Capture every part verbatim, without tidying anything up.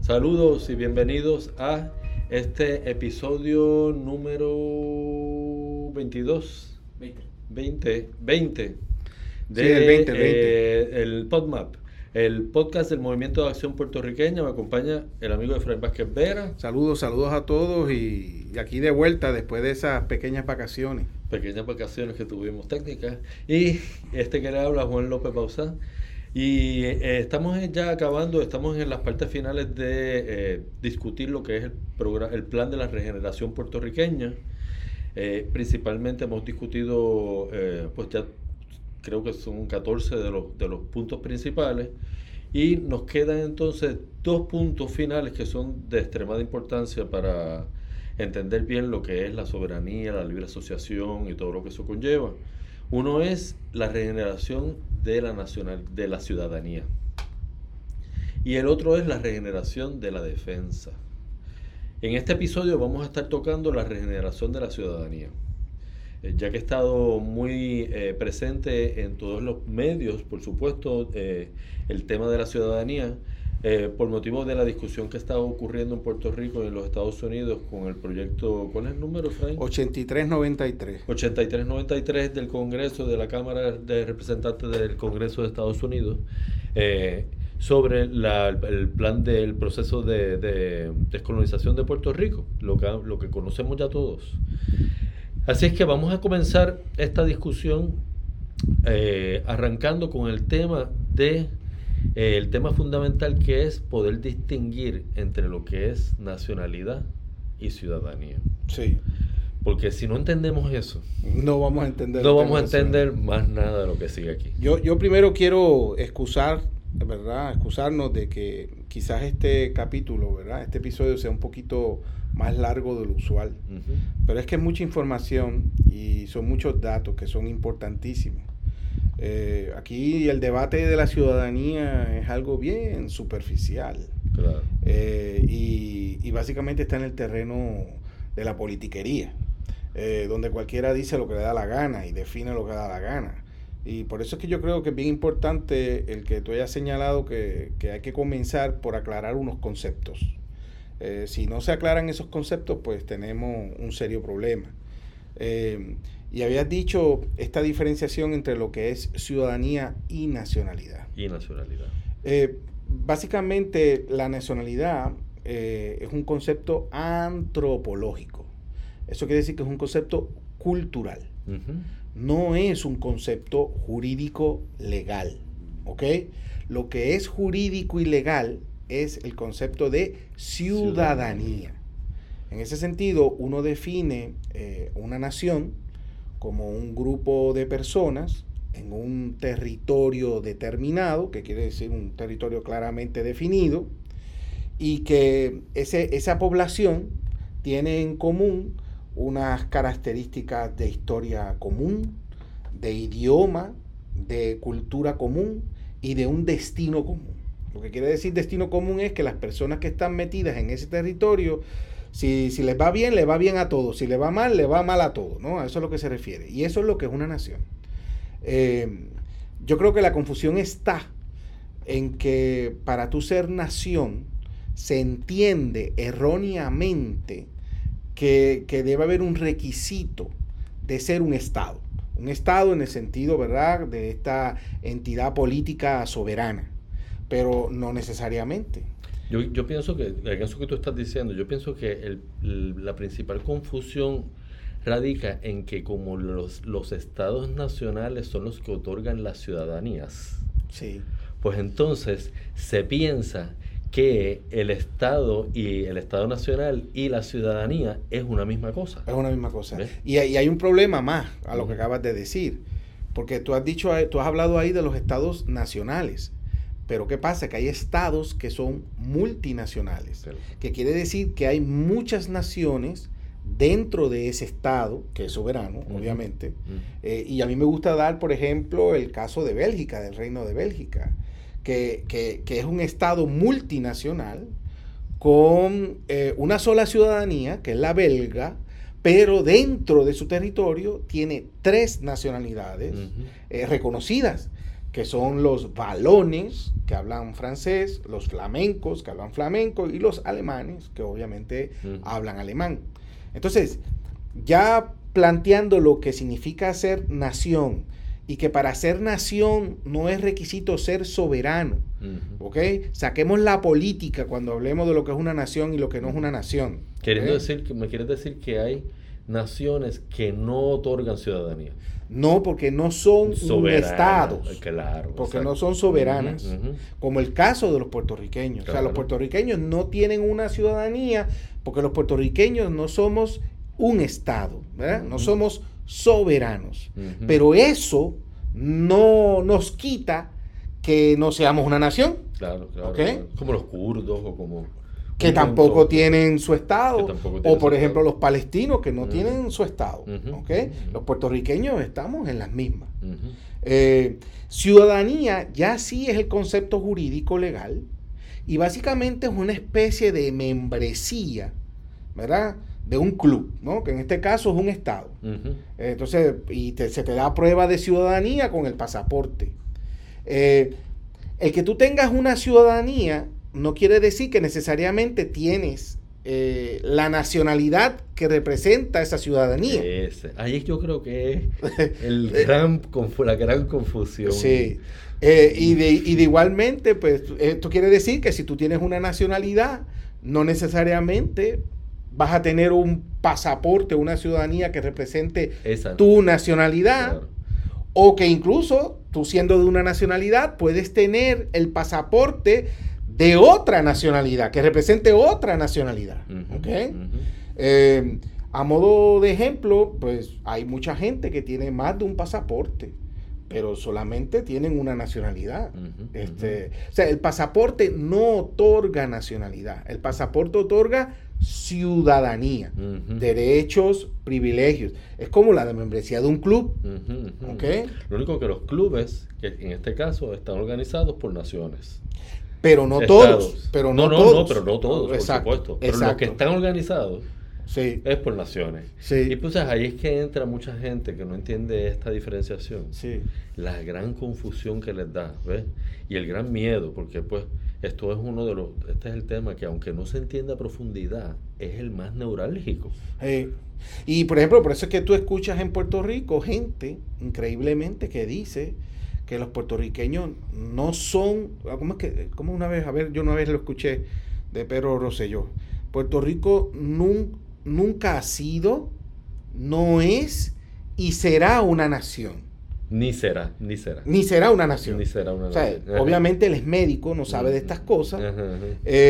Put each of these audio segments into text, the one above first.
Saludos y bienvenidos a este episodio número veintidós. veinte. veinte. veinte. De, Sí, el veinte, el veinte. Eh, el PodMap, el podcast del Movimiento de Acción Puertorriqueña. Me acompaña el amigo Efraín Vázquez Vera. Saludos, saludos a todos y, y aquí de vuelta después de esas pequeñas vacaciones. Pequeñas vacaciones que tuvimos técnicas. Y este que le habla, Juan López Bauzá. Y eh, estamos ya acabando, estamos en las partes finales de eh, discutir lo que es el, programa, el plan de la regeneración puertorriqueña. Eh, principalmente hemos discutido, eh, pues ya creo que son catorce de los, de los puntos principales. Y nos quedan entonces dos puntos finales que son de extremada importancia para entender bien lo que es la soberanía, la libre asociación y todo lo que eso conlleva. Uno es la regeneración de la nacional, de la ciudadanía. Y el otro es la regeneración de la defensa. En este episodio vamos a estar tocando la regeneración de la ciudadanía. Eh, ya que he estado muy eh, presente en todos los medios, por supuesto, eh, el tema de la ciudadanía, eh, por motivo de la discusión que está ocurriendo en Puerto Rico y en los Estados Unidos con el proyecto, ¿cuál es el número, Efraín? ochenta y tres noventa y tres. ochenta y tres noventa y tres del Congreso, de la Cámara de Representantes del Congreso de Estados Unidos, eh, sobre la, el plan del proceso de, de descolonización de Puerto Rico, lo que, lo que conocemos ya todos. Así es que vamos a comenzar esta discusión eh, arrancando con el tema de eh, el tema fundamental, que es poder distinguir entre lo que es nacionalidad y ciudadanía. Sí. Porque si no entendemos eso, no vamos a entender. No vamos a entender más nada de lo que sigue aquí. Yo, yo primero quiero excusar, ¿verdad? Excusarnos de que quizás este capítulo, ¿verdad? Este episodio sea un poquito más largo de lo usual. Uh-huh. Pero es que es mucha información y son muchos datos que son importantísimos. Eh, aquí el debate de la ciudadanía es algo bien superficial. Claro. Eh, y, y básicamente está en el terreno de la politiquería, eh, donde cualquiera dice lo que le da la gana y define lo que le da la gana. Y por eso es que yo creo que es bien importante el que tú hayas señalado que, que hay que comenzar por aclarar unos conceptos. Eh, si no se aclaran esos conceptos, pues tenemos un serio problema. Eh, y habías dicho esta diferenciación entre lo que es ciudadanía y nacionalidad. Y nacionalidad. Eh, básicamente, la nacionalidad eh, es un concepto antropológico. Eso quiere decir que es un concepto cultural. Uh-huh. No es un concepto jurídico legal, ¿ok? Lo que es jurídico y legal es el concepto de ciudadanía. ciudadanía. En ese sentido, uno define eh, una nación como un grupo de personas en un territorio determinado, que quiere decir un territorio claramente definido, y que ese, esa población tiene en común unas características de historia común, de idioma, de cultura común y de un destino común. Lo que quiere decir destino común es que las personas que están metidas en ese territorio, si, si les va bien, le va bien a todos. Si les va mal, le va mal a todos, ¿no? A eso es lo que se refiere. Y eso es lo que es una nación. Eh, yo creo que la confusión está en que para tú ser nación se entiende erróneamente que, que debe haber un requisito de ser un Estado. Un Estado en el sentido, ¿verdad?, de esta entidad política soberana. Pero no necesariamente. Yo, yo pienso que, en eso que tú estás diciendo, yo pienso que el, el, la principal confusión radica en que como los, los estados nacionales son los que otorgan las ciudadanías, sí. Pues entonces se piensa que el Estado y el Estado Nacional y la ciudadanía es una misma cosa. Es una misma cosa. Y, y hay un problema más a lo que acabas de decir, porque tú has dicho, tú has hablado ahí de los estados nacionales. Pero ¿qué pasa? Que hay estados que son multinacionales, claro. Que quiere decir que hay muchas naciones dentro de ese estado, que es soberano, uh-huh. obviamente. Uh-huh. Eh, y a mí me gusta dar, por ejemplo, el caso de Bélgica, del Reino de Bélgica, que, que, que es un estado multinacional con eh, una sola ciudadanía, que es la belga, pero dentro de su territorio tiene tres nacionalidades uh-huh. eh, reconocidas, que son los valones, que hablan francés, los flamencos, que hablan flamenco, y los alemanes, que obviamente uh-huh. hablan alemán. Entonces, ya planteando lo que significa ser nación, y que para ser nación no es requisito ser soberano, uh-huh. ¿ok? Saquemos la política cuando hablemos de lo que es una nación y lo que no es una nación. Queriendo ¿okay? decir, ¿me quieres decir que hay naciones que no otorgan ciudadanía? No, porque no son soberanas, estados, claro, porque exacto. no son soberanas, uh-huh, uh-huh. como el caso de los puertorriqueños. Claro. O sea, los puertorriqueños no tienen una ciudadanía porque los puertorriqueños no somos un estado, ¿verdad? Uh-huh. No somos soberanos. Uh-huh. Pero eso no nos quita que no seamos una nación. Claro, claro. ¿okay? Claro. Como los kurdos o como... Que tampoco punto, tienen su estado, tienen o por ejemplo estado. los palestinos que no uh-huh. tienen su estado, uh-huh. ¿okay? Uh-huh. Los puertorriqueños estamos en las mismas. Uh-huh. Eh, ciudadanía ya sí es el concepto jurídico legal y básicamente es una especie de membresía, ¿verdad? De un club, ¿no? Que en este caso es un estado. Uh-huh. Eh, entonces, y te, se te da prueba de ciudadanía con el pasaporte. Eh, el que tú tengas una ciudadanía no quiere decir que necesariamente tienes eh, la nacionalidad que representa esa ciudadanía. Ese. Ahí yo creo que es el gran, la gran confusión. Sí. Eh, y, de, y de igualmente, pues, esto quiere decir que si tú tienes una nacionalidad, no necesariamente vas a tener un pasaporte, una ciudadanía que represente Esa. tu nacionalidad. Claro. O que incluso tú siendo de una nacionalidad puedes tener el pasaporte de otra nacionalidad, que represente otra nacionalidad. Uh-huh, ¿okay? uh-huh. eh, a modo de ejemplo, pues hay mucha gente que tiene más de un pasaporte, pero solamente tienen una nacionalidad. Uh-huh, este, uh-huh. O sea, el pasaporte no otorga nacionalidad, el pasaporte otorga ciudadanía, uh-huh. derechos, privilegios. Es como la de membresía de un club. Uh-huh, uh-huh. ¿Okay? Lo único que los clubes, que en este caso están organizados por naciones. Pero no Estados. todos. Pero no, no, no, todos. no, pero no todos, exacto, por supuesto. Pero exacto. los que están organizados sí. es por naciones. Sí. Y pues ahí es que entra mucha gente que no entiende esta diferenciación. Sí. La gran confusión que les da, ¿ves? Y el gran miedo, porque pues esto es uno de los, este es el tema que aunque no se entienda a profundidad, es el más neurálgico. Sí. Y por ejemplo, por eso es que tú escuchas en Puerto Rico gente, increíblemente, que dice que los puertorriqueños no son, ¿cómo es que, cómo una vez, a ver, yo una vez lo escuché de Pedro Rosselló, Puerto Rico nun, nunca ha sido, no es y será una nación. Ni será, ni será. Ni será una nación. Ni será una o sea, nación. Obviamente él es médico, no sabe de estas cosas, ajá, ajá.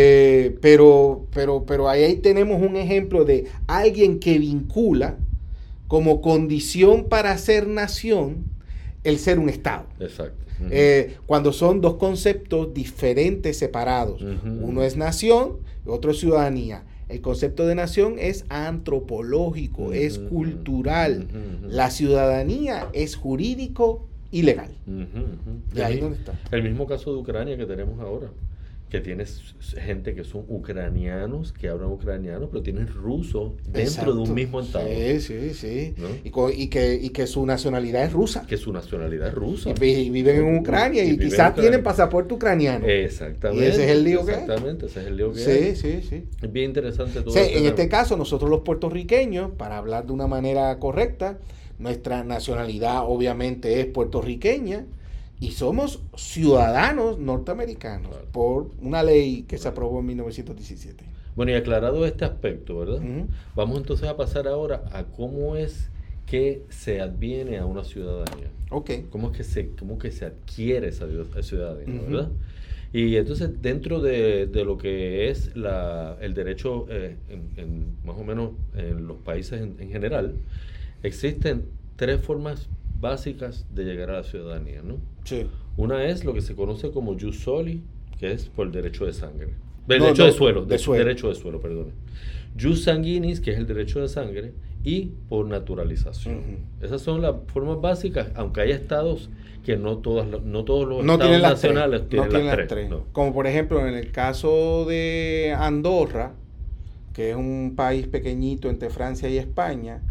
Eh, pero, pero, pero ahí tenemos un ejemplo de alguien que vincula como condición para ser nación el ser un Estado. Exacto. Uh-huh. Eh, cuando son dos conceptos diferentes, separados. Uh-huh. Uno es nación, otro es ciudadanía. El concepto de nación es antropológico, uh-huh. es cultural. Uh-huh. La ciudadanía es jurídico y legal. Uh-huh. ¿Y ahí dónde está? El mismo caso de Ucrania que tenemos ahora, que tienes gente que son ucranianos, que hablan ucraniano, pero tienen ruso dentro Exacto. de un mismo estado. Sí, sí, sí. ¿No? Y, co- y, que, y que su nacionalidad es rusa. Que su nacionalidad es rusa. Y, y viven en Ucrania y, y quizás tienen pasaporte ucraniano. Exactamente. Y ese es el lío que hay. Exactamente, ese es el lío que sí, hay. Sí, sí, sí. Es bien interesante todo sí, este En tema. este caso, nosotros los puertorriqueños, para hablar de una manera correcta, nuestra nacionalidad obviamente es puertorriqueña, y somos ciudadanos norteamericanos claro. por una ley que se aprobó en mil novecientos diecisiete. Bueno, y aclarado este aspecto, ¿verdad? Uh-huh. Vamos entonces a pasar ahora a cómo es que se adviene a una ciudadanía. Okay. Cómo es que se, cómo que se adquiere esa ciudadanía, uh-huh. ¿verdad? Y entonces dentro de, de lo que es la, el derecho, eh, en, en, más o menos en los países en, en general, existen tres formas básicas de llegar a la ciudadanía, ¿no? Sí. Una es lo que se conoce como jus soli, que es por el derecho de sangre. El no, derecho no, de suelo, de de, suelo. derecho de suelo, perdón. Jus sanguinis, que es el derecho de sangre, y por naturalización. Uh-huh. Esas son las formas básicas, aunque hay estados que no todas no todos los no estados tienen nacionales tres. tienen, no tienen las, las tres. tres. No. Como por ejemplo en el caso de Andorra, que es un país pequeñito entre Francia y España,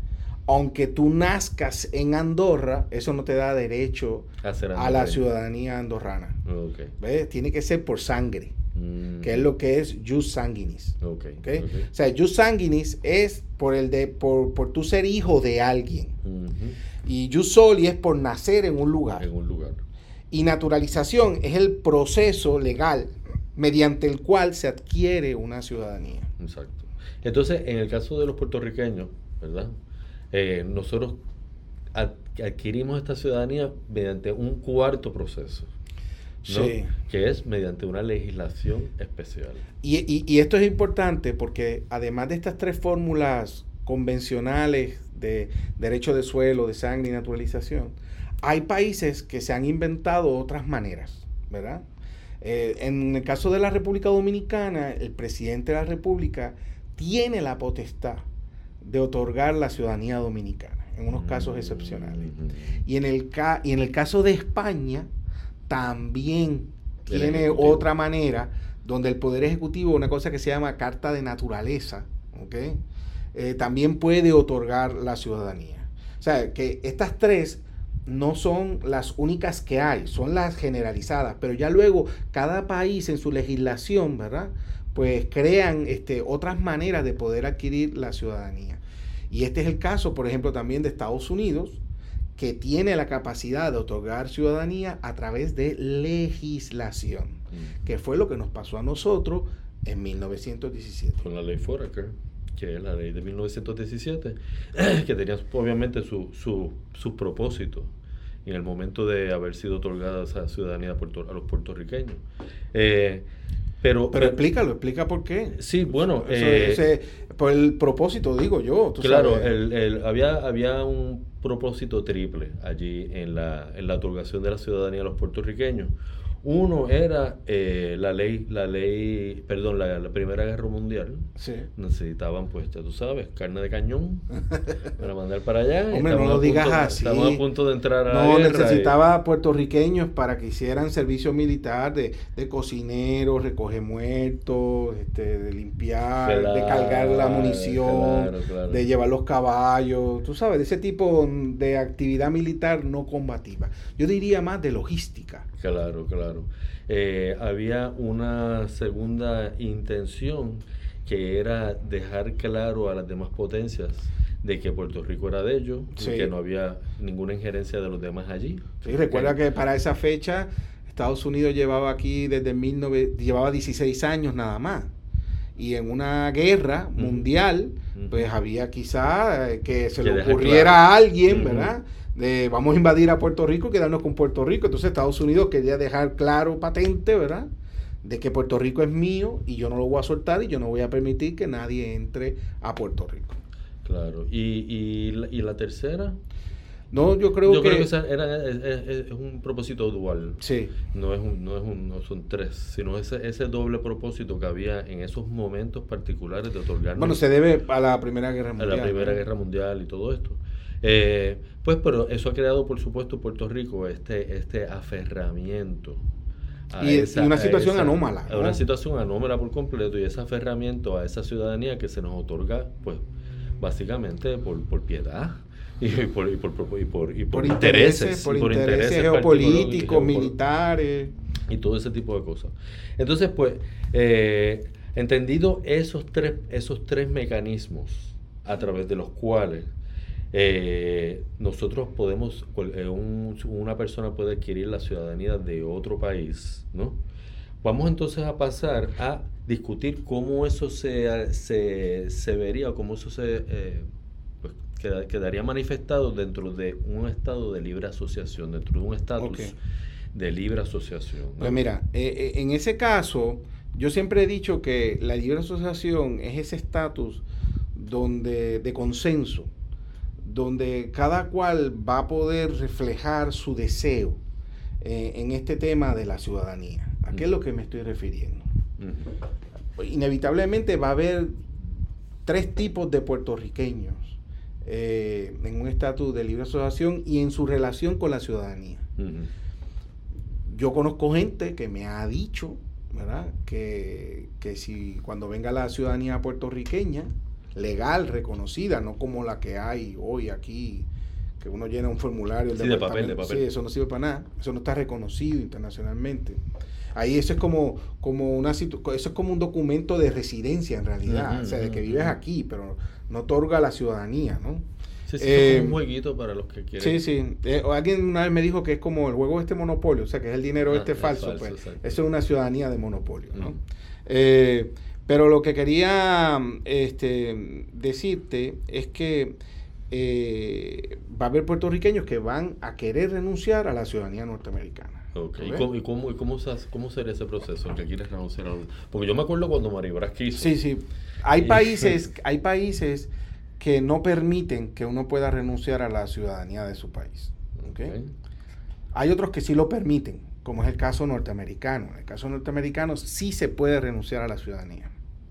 aunque tú nazcas en Andorra, eso no te da derecho a, a la ciudadanía andorrana. Okay. ¿Ves? Tiene que ser por sangre, mm. que es lo que es jus sanguinis. Okay. ¿Okay? Okay. O sea, jus sanguinis es por el de por, por tú ser hijo de alguien. Uh-huh. Y jus soli es por nacer en un lugar. En un lugar. Y naturalización es el proceso legal mediante el cual se adquiere una ciudadanía. Exacto. Entonces, en el caso de los puertorriqueños, ¿verdad? Eh, nosotros ad- adquirimos esta ciudadanía mediante un cuarto proceso, ¿no? Sí. Que es mediante una legislación especial. Y, y, y esto es importante porque además de estas tres fórmulas convencionales de derecho de suelo, de sangre y naturalización, hay países que se han inventado otras maneras, ¿verdad? Eh, en el caso de la República Dominicana, el presidente de la República tiene la potestad de otorgar la ciudadanía dominicana, en unos casos excepcionales. Y en el, ca- y en el caso de España, también El tiene Ejecutivo. otra manera, donde el Poder Ejecutivo, una cosa que se llama Carta de Naturaleza, ¿ok? Eh, también puede otorgar la ciudadanía. O sea, que estas tres no son las únicas que hay, son las generalizadas, pero ya luego cada país en su legislación, ¿verdad?, pues crean este, otras maneras de poder adquirir la ciudadanía. Y este es el caso, por ejemplo, también de Estados Unidos, que tiene la capacidad de otorgar ciudadanía a través de legislación, Mm. que fue lo que nos pasó a nosotros en mil novecientos diecisiete. Con la ley Foraker, que es la ley de mil novecientos diecisiete, que tenía obviamente su, su, su propósito en el momento de haber sido otorgada esa ciudadanía a, Puerto, a los puertorriqueños. Eh, pero, Pero explícalo, explica por qué. Sí, bueno. Eso, eh, ese, por el propósito, digo yo. Tú claro, sabes. el, el, había, había un propósito triple allí en la, en la otorgación de la ciudadanía a los puertorriqueños. Uno era eh, la ley, la ley, perdón, la, la Primera Guerra Mundial. Sí. Necesitaban, pues, ya tú sabes, carne de cañón para mandar para allá. Hombre, no Estamos lo a digas punto, así. Estamos a punto de entrar a No, la guerra. necesitaba puertorriqueños para que hicieran servicio militar de, de cocineros, recoger muertos, este, de limpiar, Claro, de cargar la munición, claro, claro. de llevar los caballos, tú sabes, de ese tipo de actividad militar no combativa. Yo diría más de logística. Claro, claro. Eh, había una segunda intención que era dejar claro a las demás potencias de que Puerto Rico era de ellos, Sí. y que no había ninguna injerencia de los demás allí. Sí, recuerda que para esa fecha Estados Unidos llevaba aquí desde mil novecientos, llevaba dieciséis años nada más. Y en una guerra Ujú. mundial, Ujú. pues había quizá eh, que se Que le dejar ocurriera claro. a alguien, Ujú. ¿verdad? De vamos a invadir a Puerto Rico y quedarnos con Puerto Rico. Entonces Estados Unidos quería dejar claro, patente, ¿verdad?, de que Puerto Rico es mío y yo no lo voy a soltar y yo no voy a permitir que nadie entre a Puerto Rico. Claro. ¿Y, y, la, y la tercera? No, yo creo Yo que... creo que esa era, es, es- es un propósito dual. Sí, No es un, no es un, no son tres, sino ese, ese doble propósito que había en esos momentos particulares de otorgarnos bueno, se debe a la Primera Guerra a Mundial. la Primera ¿no? Guerra Mundial y todo esto. Eh, pues, pero eso ha creado, por supuesto, en Puerto Rico este, este aferramiento. a Y- esa- y una a situación esa- anómala, a ¿no? Una situación anómala por completo, y ese aferramiento a esa ciudadanía que se nos otorga, pues, básicamente por, por piedad. Y por, y por, y por, y por Por intereses, intereses, por y por intereses intereses geopolíticos, particulares, militares. y todo ese tipo de cosas. Entonces, pues, eh, entendido esos tres, esos tres mecanismos a través de los cuales eh, nosotros podemos, cual- eh, un- una persona puede adquirir la ciudadanía de otro país, ¿no? Vamos entonces a pasar a discutir cómo eso se, se, se vería, cómo eso se eh, pues, queda- quedaría manifestado dentro de un estado de libre asociación, dentro de un estatus Ok. de libre asociación, ¿no? Pues mira, eh, eh, en ese caso, yo siempre he dicho que la libre asociación es ese estatus donde de consenso, donde cada cual va a poder reflejar su deseo eh, en este tema de la ciudadanía. ¿A qué es lo que me estoy refiriendo? Ujú. Inevitablemente va a haber tres tipos de puertorriqueños eh, en un estatus de libre asociación y en su relación con la ciudadanía. Ujú. Yo conozco gente que me ha dicho, ¿verdad?, que, que si cuando venga la ciudadanía puertorriqueña, legal, reconocida, no como la que hay hoy aquí, que uno llena un formulario. Sí, de papel, de papel. Sí, eso no sirve para nada, eso no está reconocido internacionalmente. Ahí eso es como, como una situ- eso es como un documento de residencia en realidad, uh-huh, o sea, de que vives uh-huh. aquí, pero no otorga la ciudadanía, ¿no? Sí, sí, eh, es como un jueguito para los que quieren. Sí, sí. Eh, alguien una vez me dijo que es como el juego este monopolio, o sea, que es el dinero ah, este es falso, falso, pues exacto. Eso es una ciudadanía de monopolio, ¿no? Uh-huh. Eh, pero lo que quería este, decirte es que eh, va a haber puertorriqueños que van a querer renunciar a la ciudadanía norteamericana. Okay. ¿Y, cómo, y, cómo, y cómo, cómo sería ese proceso? ¿Que quieres renunciar a un... Porque yo me acuerdo cuando Maribras quiso. Sí, sí. Hay países, hay países que no permiten que uno pueda renunciar a la ciudadanía de su país. ¿Okay? Okay. Hay otros que sí lo permiten, como es el caso norteamericano. En el caso norteamericano sí se puede renunciar a la ciudadanía.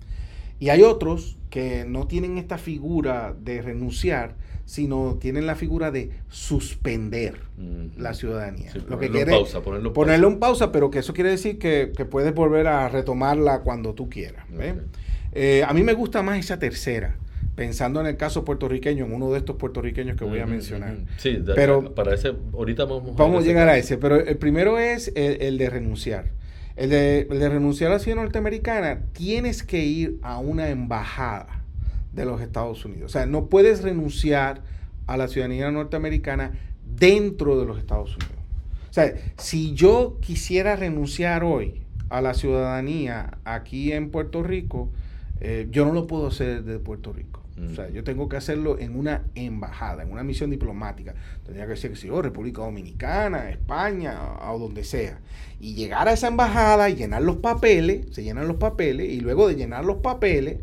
Y hay otros que no tienen esta figura de renunciar, sino tienen la figura de suspender uh-huh. la ciudadanía. Sí, lo que quiere en pausa, ponerlo, ponerlo pausa. en pausa, pero que eso quiere decir que, que puedes volver a retomarla cuando tú quieras. Okay. Eh, a mí me gusta más esa tercera, pensando en el caso puertorriqueño, en uno de estos puertorriqueños que voy a mencionar. Uh-huh. Sí, de, pero para ese, ahorita vamos, vamos a llegar caso. a ese, pero el primero es el, el de renunciar. El de, el de renunciar a la ciudadanía norteamericana, tienes que ir a una embajada de los Estados Unidos. O sea, no puedes renunciar a la ciudadanía norteamericana dentro de los Estados Unidos. O sea, si yo quisiera renunciar hoy a la ciudadanía aquí en Puerto Rico, eh, yo no lo puedo hacer desde Puerto Rico. Mm. O sea, yo tengo que hacerlo en una embajada, en una misión diplomática. Tendría que ser, que si yo, República Dominicana, España, o donde sea. Y llegar a esa embajada y llenar los papeles, se llenan los papeles, y luego de llenar los papeles,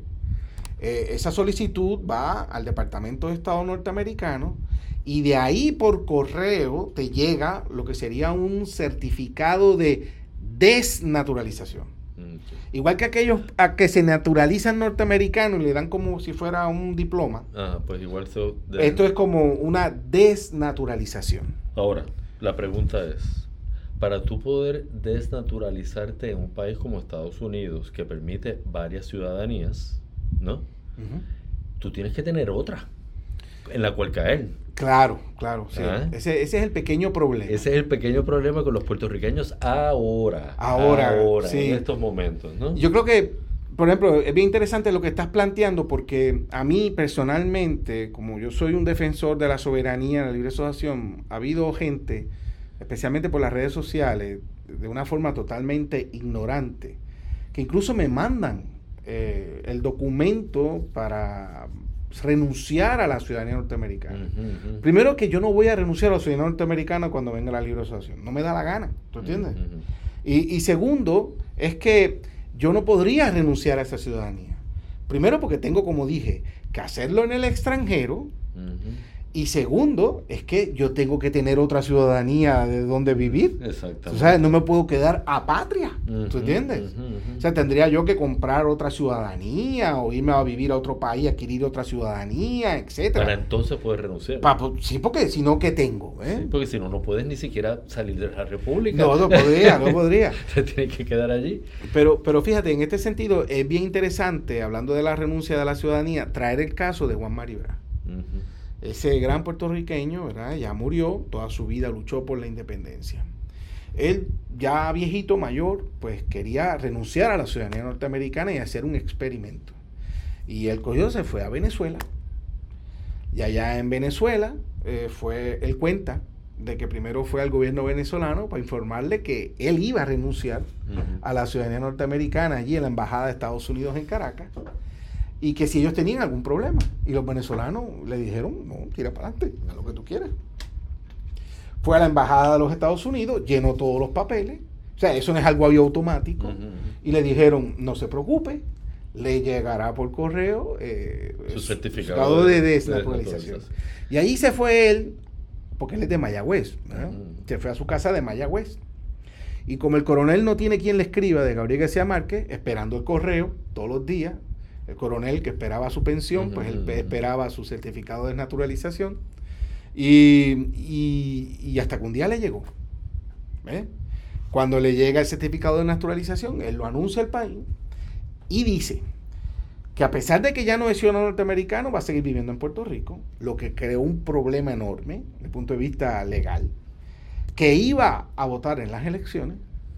eh, esa solicitud va al Departamento de Estado norteamericano, y de ahí por correo te llega lo que sería un certificado de desnaturalización. Okay. Igual que aquellos a que se naturalizan norteamericanos y le dan como si fuera un diploma. Ah, pues igual so de... Esto es como una desnaturalización. Ahora, la pregunta es, para tú poder desnaturalizarte en un país como Estados Unidos, que permite varias ciudadanías, ¿no? Uh-huh. Tú tienes que tener otra en la cual caer. Claro, claro. Sí. ¿Ah? Ese, ese es el pequeño problema. Ese es el pequeño problema con los puertorriqueños ahora. Ahora. Ahora, sí. En estos momentos, ¿no? Yo creo que, por ejemplo, es bien interesante lo que estás planteando, porque a mí personalmente, como yo soy un defensor de la soberanía en la libre asociación, ha habido gente, especialmente por las redes sociales, de una forma totalmente ignorante, que incluso me mandan eh, el documento para renunciar a la ciudadanía norteamericana. Uh-huh, uh-huh. Primero, que yo no voy a renunciar a la ciudadanía norteamericana cuando venga la libre asociación. No me da la gana, ¿tú entiendes? Uh-huh. Y, y segundo, es que yo no podría renunciar a esa ciudadanía. Primero, porque tengo, como dije, que hacerlo en el extranjero. Uh-huh. Y segundo, es que yo tengo que tener otra ciudadanía de donde vivir. Exactamente. O sea, no me puedo quedar apatria. Uh-huh, ¿tú entiendes? Uh-huh, uh-huh. O sea, tendría yo que comprar otra ciudadanía o irme a vivir a otro país, adquirir otra ciudadanía, etcétera. Para entonces poder renunciar. Pa, pues, sí, porque si no, ¿qué tengo? ¿Eh? Sí, porque si no, no puedes ni siquiera salir de la República. No, no podría, no podría. Se tiene que quedar allí. Pero, pero fíjate, en este sentido, es bien interesante, hablando de la renuncia de la ciudadanía, traer el caso de Juan Maribras. Uh-huh. Ese gran puertorriqueño, ¿verdad? Ya murió, toda su vida luchó por la independencia. Él, ya viejito, mayor, pues quería renunciar a la ciudadanía norteamericana y hacer un experimento. Y él cogió, se fue a Venezuela. Y allá en Venezuela, eh, fue, él cuenta de que primero fue al gobierno venezolano para informarle que él iba a renunciar uh-huh. a la ciudadanía norteamericana allí en la embajada de Estados Unidos en Caracas. Y que si ellos tenían algún problema. Y los venezolanos le dijeron, no, tira para adelante, haz lo que tú quieras. Fue a la embajada de los Estados Unidos, llenó todos los papeles. O sea, eso no es algo automático. Uh-huh. Y le dijeron, no se preocupe, le llegará por correo eh, su certificado de, de desnaturalización. Y ahí se fue él, porque él es de Mayagüez, ¿verdad? Uh-huh. Se fue a su casa de Mayagüez. Y como el coronel no tiene quien le escriba de Gabriel García Márquez, esperando el correo todos los días, el coronel que esperaba su pensión, uh-huh, pues él esperaba su certificado de desnaturalización. Y, y, y hasta que un día le llegó. ¿Ves? Cuando le llega el certificado de desnaturalización, él lo anuncia al país y dice, que a pesar de que ya no es ciudadano norteamericano, va a seguir viviendo en Puerto Rico, lo que creó un problema enorme desde el punto de vista legal, que iba a votar en las elecciones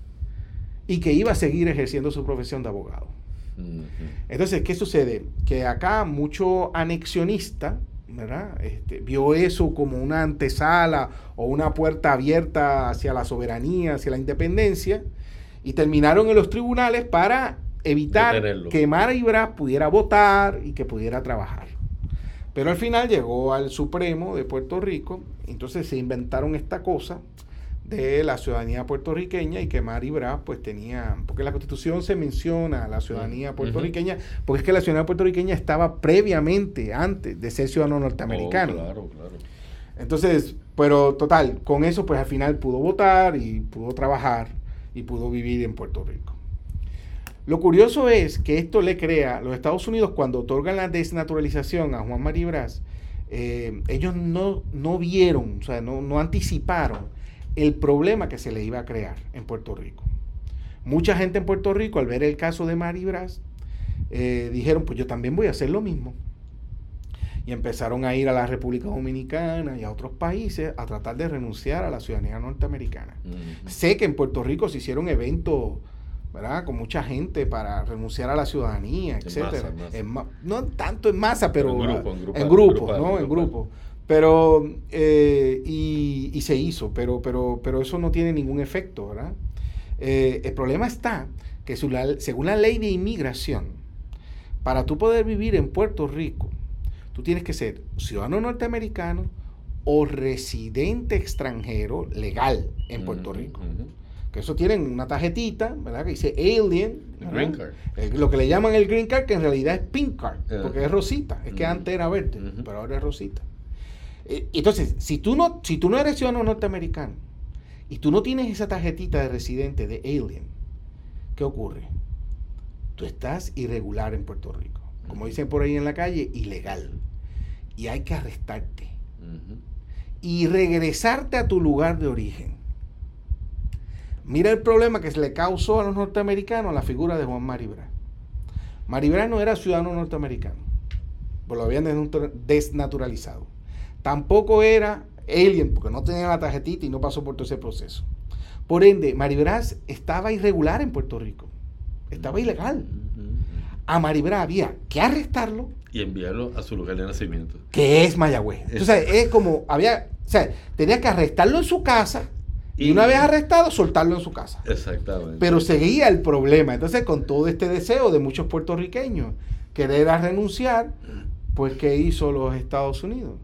y que iba a seguir ejerciendo su profesión de abogado. Uh-huh. Entonces, ¿qué sucede? Que acá mucho anexionista, ¿verdad? Este, vio eso como una antesala o una puerta abierta hacia la soberanía, hacia la independencia, y terminaron en los tribunales para evitar Detenerlo. que Mara Brás pudiera votar y que pudiera trabajar. Pero al final llegó al Supremo de Puerto Rico, entonces se inventaron esta cosa de la ciudadanía puertorriqueña y que Mara Brás pues tenía, porque en la Constitución se menciona la ciudadanía puertorriqueña, uh-huh. porque es que la ciudadanía puertorriqueña estaba previamente, antes de ser ciudadano norteamericano. Oh, claro, claro. Entonces, pero total, con eso pues al final pudo votar y pudo trabajar y pudo vivir en Puerto Rico. Lo curioso es que esto le crea, los Estados Unidos cuando otorgan la desnaturalización a Juan Mari Brás, eh, ellos no, no vieron, o sea, no, no anticiparon el problema que se le iba a crear en Puerto Rico. Mucha gente en Puerto Rico, al ver el caso de Mari Brás, eh, dijeron, pues yo también voy a hacer lo mismo. Y empezaron a ir a la República Dominicana y a otros países a tratar de renunciar a la ciudadanía norteamericana. Uh-huh. Sé que en Puerto Rico se hicieron eventos, ¿verdad?, con mucha gente para renunciar a la ciudadanía, etcétera. En masa, en ma- no tanto en masa, pero, pero en, grupo, en, grupo, en grupos, grupo, ¿no? En, en grupos. Pero, eh, y, y se hizo, pero, pero, pero eso no tiene ningún efecto, ¿verdad? Eh, el problema está que según la ley de inmigración, para tú poder vivir en Puerto Rico, tú tienes que ser ciudadano norteamericano o residente extranjero legal en Puerto uh-huh, Rico. Uh-huh. Que eso tienen una tarjetita, ¿verdad?, que dice Alien. El Green Card. El, lo que le llaman el Green Card, que en realidad es Pink Card, uh-huh. porque es rosita. Es uh-huh. que antes era verde, uh-huh. pero ahora es rosita. Eh, entonces, si tú, no, si tú no eres ciudadano norteamericano y tú no tienes esa tarjetita de residente de Alien, ¿qué ocurre? Tú estás irregular en Puerto Rico. Como dicen por ahí en la calle, ilegal. Y hay que arrestarte. Uh-huh. Y regresarte a tu lugar de origen. Mira el problema que se le causó a los norteamericanos la figura de Juan Mari Brás. Mari Brás no era ciudadano norteamericano, pues lo habían desnaturalizado. Tampoco era alien, porque no tenía la tarjetita y no pasó por todo ese proceso. Por ende, Mari Brás estaba irregular en Puerto Rico. Estaba ilegal. A Mari Brás había que arrestarlo y enviarlo a su lugar de nacimiento, que es Mayagüez. Entonces, es como había, o sea, tenía que arrestarlo en su casa y, y una vez arrestado, soltarlo en su casa. Exactamente. Pero seguía el problema. Entonces, con todo este deseo de muchos puertorriqueños querer a renunciar, pues, ¿qué hizo los Estados Unidos?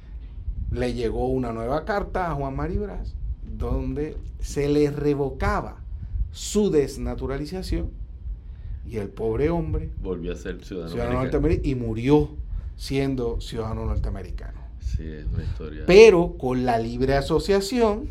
Le llegó una nueva carta a Juan Mari Brás, donde se le revocaba su desnaturalización y el pobre hombre volvió a ser ciudadano, ciudadano norteamericano y murió siendo ciudadano norteamericano. Sí, es una historia. Pero con la libre asociación,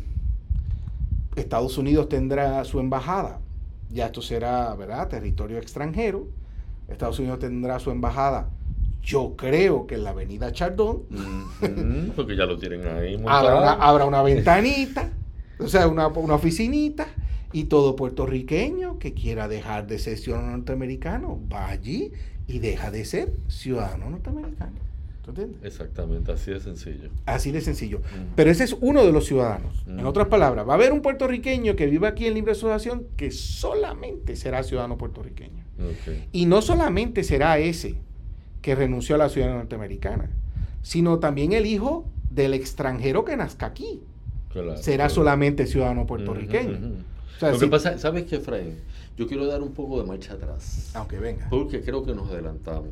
Estados Unidos tendrá su embajada. Ya esto será, ¿verdad?, territorio extranjero. Estados Unidos tendrá su embajada, yo creo que en la avenida Chardón. Mm-hmm, porque ya lo tienen ahí montado. Habrá una, habrá una ventanita, o sea, una, una oficinita, y todo puertorriqueño que quiera dejar de ser ciudadano norteamericano va allí y deja de ser ciudadano norteamericano. ¿Tú entiendes? Exactamente, así de sencillo. Así de sencillo. Mm. Pero ese es uno de los ciudadanos. Mm. En otras palabras, va a haber un puertorriqueño que viva aquí en libre asociación que solamente será ciudadano puertorriqueño. Okay. Y no solamente será ese que renunció a la ciudadanía norteamericana, sino también el hijo del extranjero que nazca aquí. Claro, será claro. solamente ciudadano puertorriqueño. Uh-huh, uh-huh. O sea, Lo si, que pasa, ¿sabes qué, Efraín? Yo quiero dar un poco de marcha atrás. Aunque venga. Porque creo que nos adelantamos.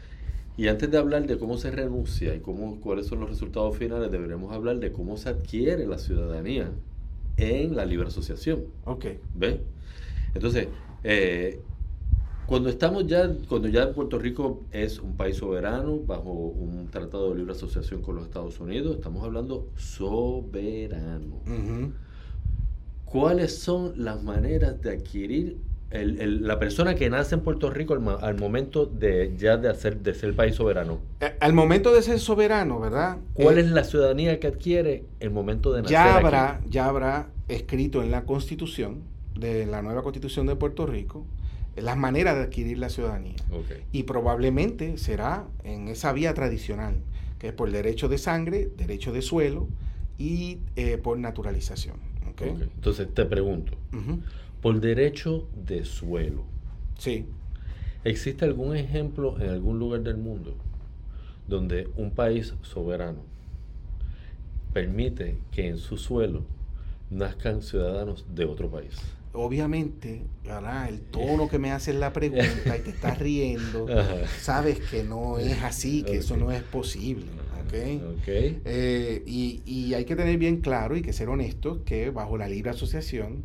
Y antes de hablar de cómo se renuncia y cómo, cuáles son los resultados finales, deberemos hablar de cómo se adquiere la ciudadanía en la libre asociación. Ok. ¿Ves? Entonces, eh, cuando estamos ya, cuando ya Puerto Rico es un país soberano bajo un tratado de libre asociación con los Estados Unidos, estamos hablando soberano. Uh-huh. ¿Cuáles son las maneras de adquirir el, el, la persona que nace en Puerto Rico al, al momento de ya de hacer de ser país soberano? Al momento de ser soberano, ¿verdad? ¿Cuál eh, es la ciudadanía que adquiere el momento de nacer ya habrá, aquí? Ya habrá escrito en la Constitución, de la nueva Constitución de Puerto Rico, las maneras de adquirir la ciudadanía. Okay. Y probablemente será en esa vía tradicional, que es por derecho de sangre, derecho de suelo y eh, por naturalización. ¿Okay? Okay. Entonces te pregunto, uh-huh. por derecho de suelo, sí. ¿existe algún ejemplo en algún lugar del mundo donde un país soberano permite que en su suelo nazcan ciudadanos de otro país? Obviamente, ¿verdad? El tono que me haces la pregunta y te estás riendo, Ajá. sabes que no es así, que okay. eso no es posible. ¿Okay? Okay. Eh, y, y hay que tener bien claro y que ser honestos que bajo la libre asociación,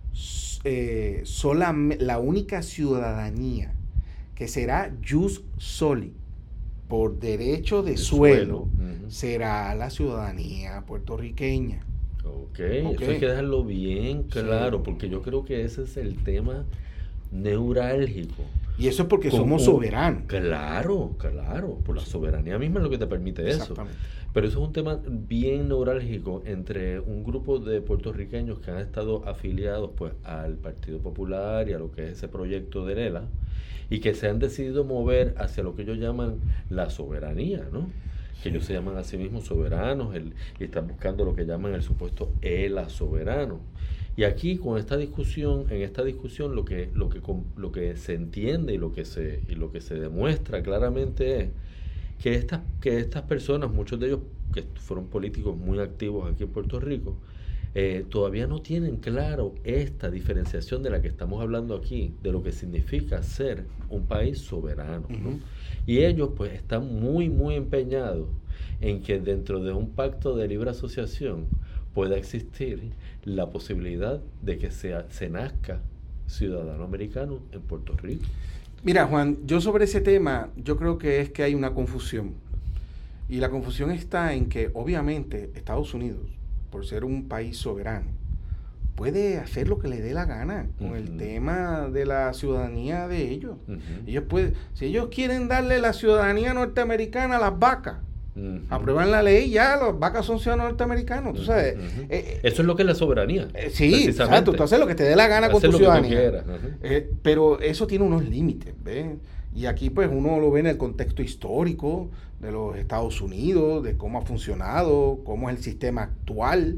eh, sola, la única ciudadanía que será jus soli, por derecho de, de suelo, suelo. Uh-huh. será la ciudadanía puertorriqueña. Okay. ok, eso hay que dejarlo bien claro, sí. porque yo creo que ese es el tema neurálgico. Y eso es porque Con somos un, soberanos. Claro, claro, por la soberanía misma es lo que te permite eso. Pero eso es un tema bien neurálgico entre un grupo de puertorriqueños que han estado afiliados pues al Partido Popular y a lo que es ese proyecto de Lela, y que se han decidido mover hacia lo que ellos llaman la soberanía, ¿no? Que ellos se llaman a sí mismos soberanos el, y están buscando lo que llaman el supuesto ELA soberano. Y aquí con esta discusión, en esta discusión lo que, lo que, lo que se entiende y lo que se, y lo que se demuestra claramente es que estas, que estas personas, muchos de ellos que fueron políticos muy activos aquí en Puerto Rico, eh, todavía no tienen claro esta diferenciación de la que estamos hablando aquí, de lo que significa ser un país soberano, ¿no? Uh-huh. Y ellos pues están muy, muy empeñados en que dentro de un pacto de libre asociación pueda existir la posibilidad de que se, se nazca ciudadano americano en Puerto Rico. Mira, Juan, yo sobre ese tema, yo creo que es que hay una confusión. Y la confusión está en que, obviamente, Estados Unidos, por ser un país soberano, puede hacer lo que le dé la gana con uh-huh. el tema de la ciudadanía de ellos. Uh-huh. Ellos pueden, si ellos quieren darle la ciudadanía norteamericana a las vacas, uh-huh. aprueban la ley, ya las vacas son ciudadanos norteamericanos, tú sabes. Uh-huh. Eh, Eso es lo que es la soberanía. Eh, sí, exacto, tú haces lo que te dé la gana con tu ciudadanía. Uh-huh. Eh, pero eso tiene unos límites, ¿ves? Y aquí pues uno lo ve en el contexto histórico de los Estados Unidos, de cómo ha funcionado, cómo es el sistema actual.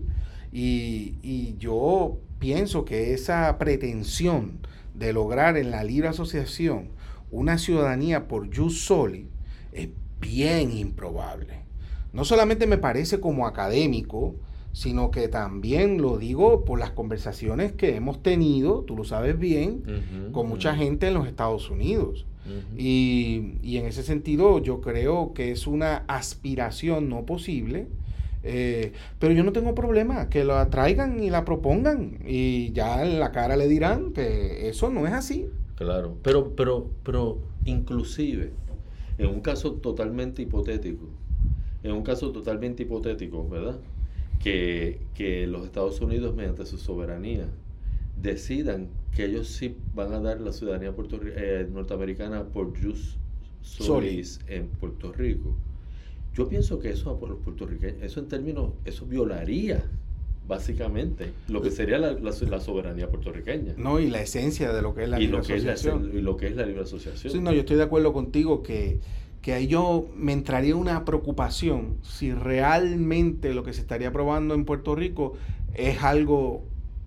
Y, y yo pienso que esa pretensión de lograr en la libre asociación una ciudadanía por jus soli es bien improbable. No solamente me parece como académico, sino que también lo digo por las conversaciones que hemos tenido, tú lo sabes bien, uh-huh, con mucha uh-huh. gente en los Estados Unidos. Uh-huh. Y, y en ese sentido yo creo que es una aspiración no posible, eh, pero yo no tengo problema, que la traigan y la propongan y ya en la cara le dirán que eso no es así. Claro, pero, pero, pero inclusive en un caso totalmente hipotético, en un caso totalmente hipotético, ¿verdad? Que, que los Estados Unidos, mediante su soberanía, decidan que ellos sí van a dar la ciudadanía puerto, eh, norteamericana por jus solis en Puerto Rico. Yo pienso que eso por los puertorriqueños, eso en términos, eso violaría básicamente lo que sería la, la, la soberanía puertorriqueña. No, y la esencia de lo que es la y libre lo que asociación. Es la, y lo que es la libre asociación. Sí, no, yo estoy de acuerdo contigo que que ahí yo me entraría una preocupación si realmente lo que se estaría aprobando en Puerto Rico es algo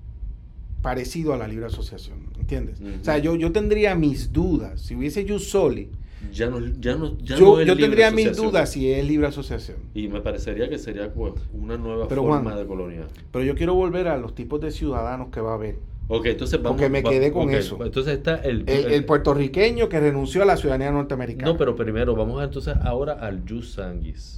parecido a la libre asociación, ¿entiendes? Uh-huh. O sea, yo, yo tendría mis dudas, si hubiese jus soli, ya no, ya no, ya yo, no es yo tendría mis dudas si es libre asociación. Y me parecería que sería pues, una nueva pero, forma Juan, de colonial. Pero yo quiero volver a los tipos de ciudadanos que va a haber. Ok, entonces vamos. Porque me quedé con okay, eso. Entonces está el, el, el puertorriqueño que renunció a la ciudadanía norteamericana. No, pero primero vamos a, entonces ahora al jus sanguis.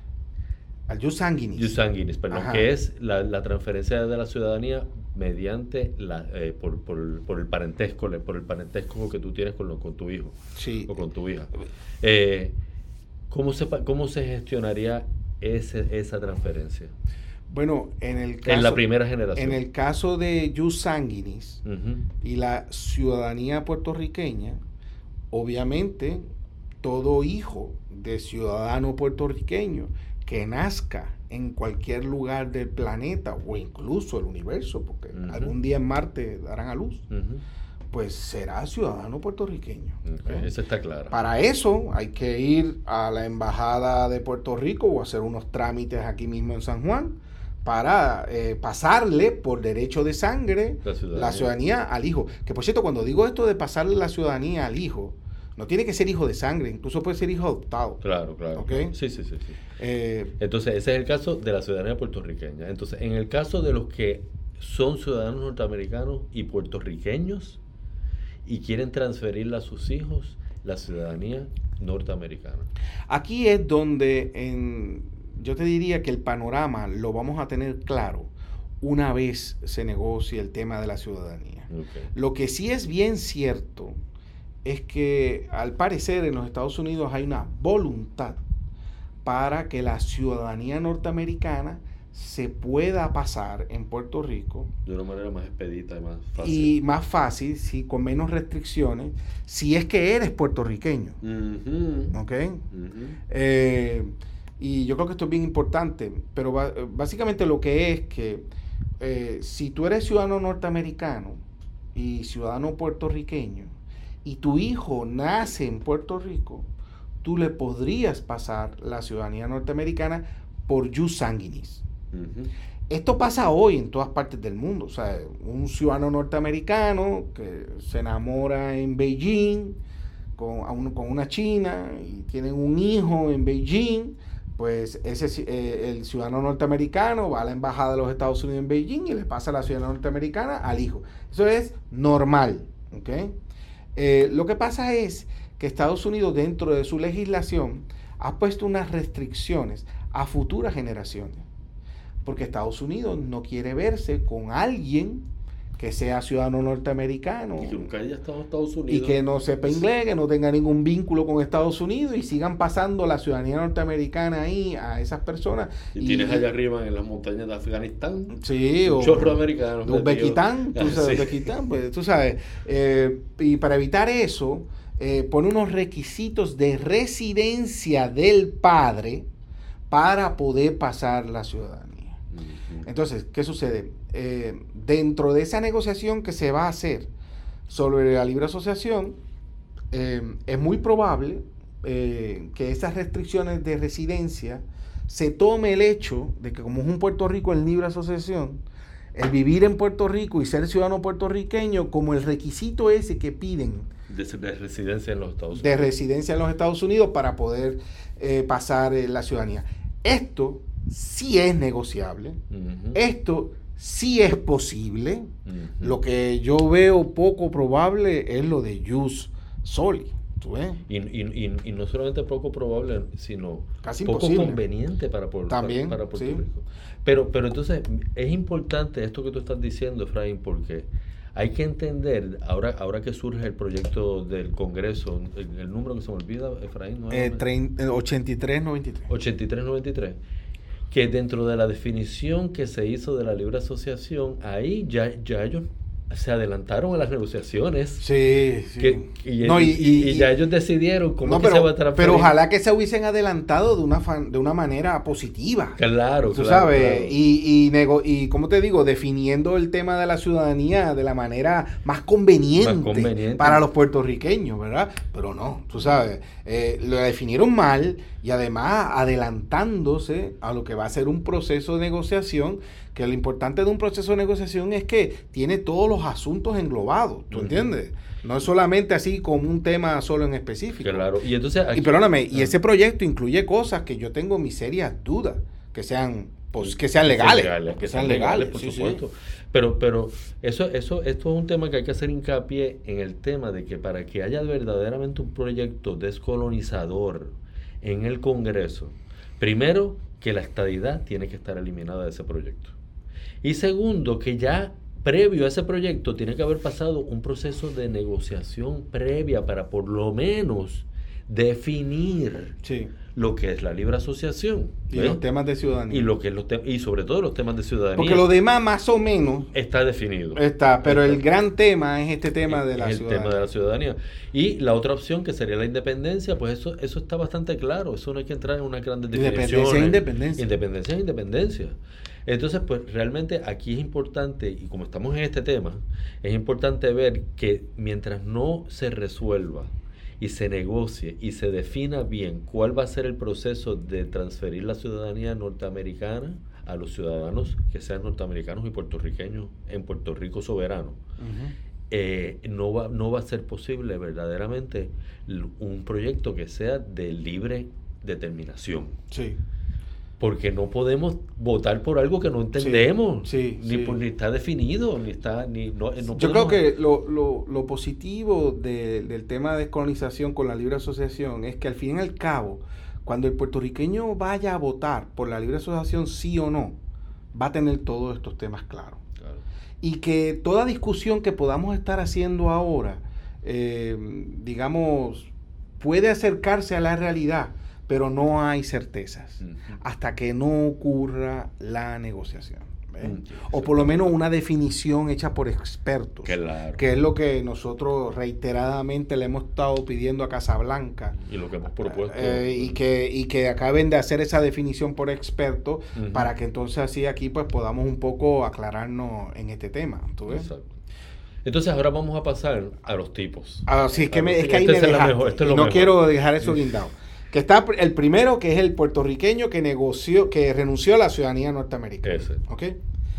Al jus sanguinis. Jus sanguinis, perdón, Ajá. que es la, la transferencia de la ciudadanía mediante la eh, por, por, por el parentesco, por el parentesco que tú tienes con, lo, con tu hijo sí. o con tu hija. Eh, ¿cómo se cómo se gestionaría ese, esa transferencia? Bueno, en el caso, en la primera generación. En el caso de jus sanguinis uh-huh. y la ciudadanía puertorriqueña, obviamente todo hijo de ciudadano puertorriqueño que nazca en cualquier lugar del planeta o incluso el universo, porque uh-huh. algún día en Marte darán a luz, uh-huh. pues será ciudadano puertorriqueño. Okay, ¿eh? Eso está claro. Para eso hay que ir a la embajada de Puerto Rico o hacer unos trámites aquí mismo en San Juan para eh, pasarle por derecho de sangre la ciudadanía. la ciudadanía al hijo. Que por cierto, cuando digo esto de pasarle la ciudadanía al hijo, no tiene que ser hijo de sangre, incluso puede ser hijo adoptado. Claro, claro. ¿Okay? Sí, sí, sí. sí. Eh, Entonces, ese es el caso de la ciudadanía puertorriqueña. Entonces, en el caso de los que son ciudadanos norteamericanos y puertorriqueños y quieren transferirle a sus hijos la ciudadanía norteamericana. Aquí es donde en, yo te diría que el panorama lo vamos a tener claro una vez se negocie el tema de la ciudadanía. Okay. Lo que sí es bien cierto es que al parecer en los Estados Unidos hay una voluntad para que la ciudadanía norteamericana se pueda pasar en Puerto Rico de una manera más expedita y más fácil. Y más fácil, sí, con menos restricciones, si es que eres puertorriqueño. Uh-huh. ¿Ok? Uh-huh. Eh, y yo creo que esto es bien importante, pero ba- básicamente lo que es que eh, si tú eres ciudadano norteamericano y ciudadano puertorriqueño y tu hijo nace en Puerto Rico, tú le podrías pasar la ciudadanía norteamericana por jus sanguinis. Uh-huh. Esto pasa hoy en todas partes del mundo. O sea, un ciudadano norteamericano que se enamora en Beijing con, a un, con una china y tienen un hijo en Beijing, pues ese eh, el ciudadano norteamericano va a la embajada de los Estados Unidos en Beijing y le pasa la ciudadanía norteamericana al hijo. Eso es normal. ¿Okay? Eh, lo que pasa es que Estados Unidos, dentro de su legislación, ha puesto unas restricciones a futuras generaciones. Porque Estados Unidos no quiere verse con alguien que sea ciudadano norteamericano y que nunca haya estado en Estados Unidos y que no sepa inglés, que no tenga ningún vínculo con Estados Unidos y sigan pasando la ciudadanía norteamericana ahí a esas personas. Y, y tienes allá arriba en las montañas de Afganistán sí, un o chorro americano. Uzbekistán, tú sabes, sí. Uzbekistán, pues tú sabes. Eh, y para evitar eso, eh, pone unos requisitos de residencia del padre para poder pasar la ciudadanía. Entonces, ¿qué sucede? Eh, dentro de esa negociación que se va a hacer sobre la libre asociación, eh, es muy probable eh, que esas restricciones de residencia se tome el hecho de que como es un Puerto Rico en libre asociación, el vivir en Puerto Rico y ser ciudadano puertorriqueño como el requisito ese que piden de, de residencia en los Estados Unidos. De residencia en los Estados Unidos para poder eh, pasar eh, la ciudadanía. Esto sí es negociable, uh-huh. Esto sí es posible. Uh-huh. Lo que yo veo poco probable es lo de jus soli. ¿Tú ves? Y, y, y, y no solamente poco probable, sino casi poco imposible. Conveniente para, por, También, para, para Puerto sí. Rico. Pero, pero entonces es importante esto que tú estás diciendo, Efraín, porque hay que entender, ahora ahora que surge el proyecto del Congreso, el, el número que se me olvida, Efraín, ¿no? Eh, ochenta y tres noventa y tres. ochenta y tres noventa y tres. Que dentro de la definición que se hizo de la libre asociación, ahí ya, ya ellos se adelantaron a las negociaciones. Sí, sí. Que, y, no, y, y, y, y ya ellos decidieron cómo no, que pero, se va a transferir. Pero ojalá que se hubiesen adelantado de una fan, de una manera positiva. Claro, tú claro, sabes, claro. Y, y, nego, y como te digo, definiendo el tema de la ciudadanía de la manera más conveniente, más conveniente para los puertorriqueños, ¿verdad? Pero no, tú sabes, eh, lo definieron mal y además adelantándose a lo que va a ser un proceso de negociación, que lo importante de un proceso de negociación es que tiene todos los asuntos englobados, ¿tú uh-huh. entiendes? No es solamente así como un tema solo en específico. Claro, y entonces... Aquí, y perdóname, uh-huh. y ese proyecto incluye cosas que yo tengo mis serias dudas, que sean, pues, que sean legales. Que sean legales, que sean legales, por sí, supuesto. Sí. Pero, pero eso, eso, esto es un tema que hay que hacer hincapié en el tema de que para que haya verdaderamente un proyecto descolonizador en el Congreso, primero, que la estadidad tiene que estar eliminada de ese proyecto. Y segundo, que ya previo a ese proyecto tiene que haber pasado un proceso de negociación previa para por lo menos definir sí. lo que es la libre asociación. Y ¿ves? los temas de ciudadanía. Y, lo que es los te- y sobre todo los temas de ciudadanía. Porque lo demás más o menos está definido. Está, pero está. el gran tema es este tema de la el ciudadanía. tema de la ciudadanía. Y la otra opción, que sería la independencia, pues eso eso está bastante claro. Eso no hay que entrar en una grandes definiciones. Independencia es independencia. Independencia es independencia. Entonces, pues realmente aquí es importante, y como estamos en este tema, es importante ver que mientras no se resuelva y se negocie y se defina bien cuál va a ser el proceso de transferir la ciudadanía norteamericana a los ciudadanos que sean norteamericanos y puertorriqueños en Puerto Rico soberano, uh-huh. eh, no va, no va a ser posible verdaderamente un proyecto que sea de libre determinación. Sí. Porque no podemos votar por algo que no entendemos, sí, sí, ni, sí. Por, ni está definido, ni está... Ni, no, no Yo podemos... creo que lo, lo, lo positivo de, del tema de descolonización con la libre asociación es que al fin y al cabo, cuando el puertorriqueño vaya a votar por la libre asociación, sí o no, va a tener todos estos temas claros. Claro. Y que toda discusión que podamos estar haciendo ahora, eh, digamos, puede acercarse a la realidad, pero no hay certezas uh-huh. hasta que no ocurra la negociación. Uh-huh. O por lo menos una definición hecha por expertos, claro. que es lo que nosotros reiteradamente le hemos estado pidiendo a Casablanca. Y lo que hemos propuesto. Eh, y, que, y que acaben de hacer esa definición por expertos uh-huh. para que entonces así aquí pues podamos un poco aclararnos en este tema. ¿Tú ves? Exacto. Entonces ahora vamos a pasar a los tipos. Ah, sí, es que, me, es que ahí este me es dejaste, mejor, este es lo no mejor. quiero dejar eso guindado. Que está el primero, que es el puertorriqueño que negoció, que renunció a la ciudadanía norteamericana. Ese. ¿Okay?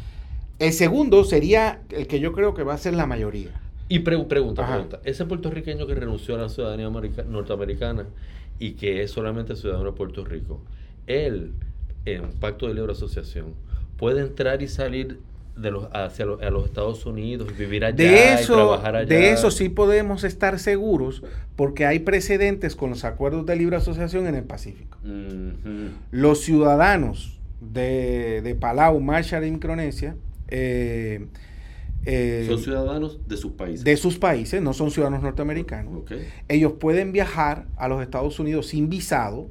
El segundo sería el que yo creo que va a ser la mayoría. Y pre- pregunta, Ajá. pregunta. Ese puertorriqueño que renunció a la ciudadanía america- norteamericana y que es solamente ciudadano de Puerto Rico, él, en un pacto de libre asociación, puede entrar y salir de los hacia los, a los Estados Unidos, vivir allá de eso, y trabajar allá. De eso sí podemos estar seguros, porque hay precedentes con los acuerdos de libre asociación en el Pacífico. Uh-huh. Los ciudadanos de, de Palau, Marshall y Micronesia eh, eh, son ciudadanos de sus países. De sus países, no son ciudadanos norteamericanos. Okay. Ellos pueden viajar a los Estados Unidos sin visado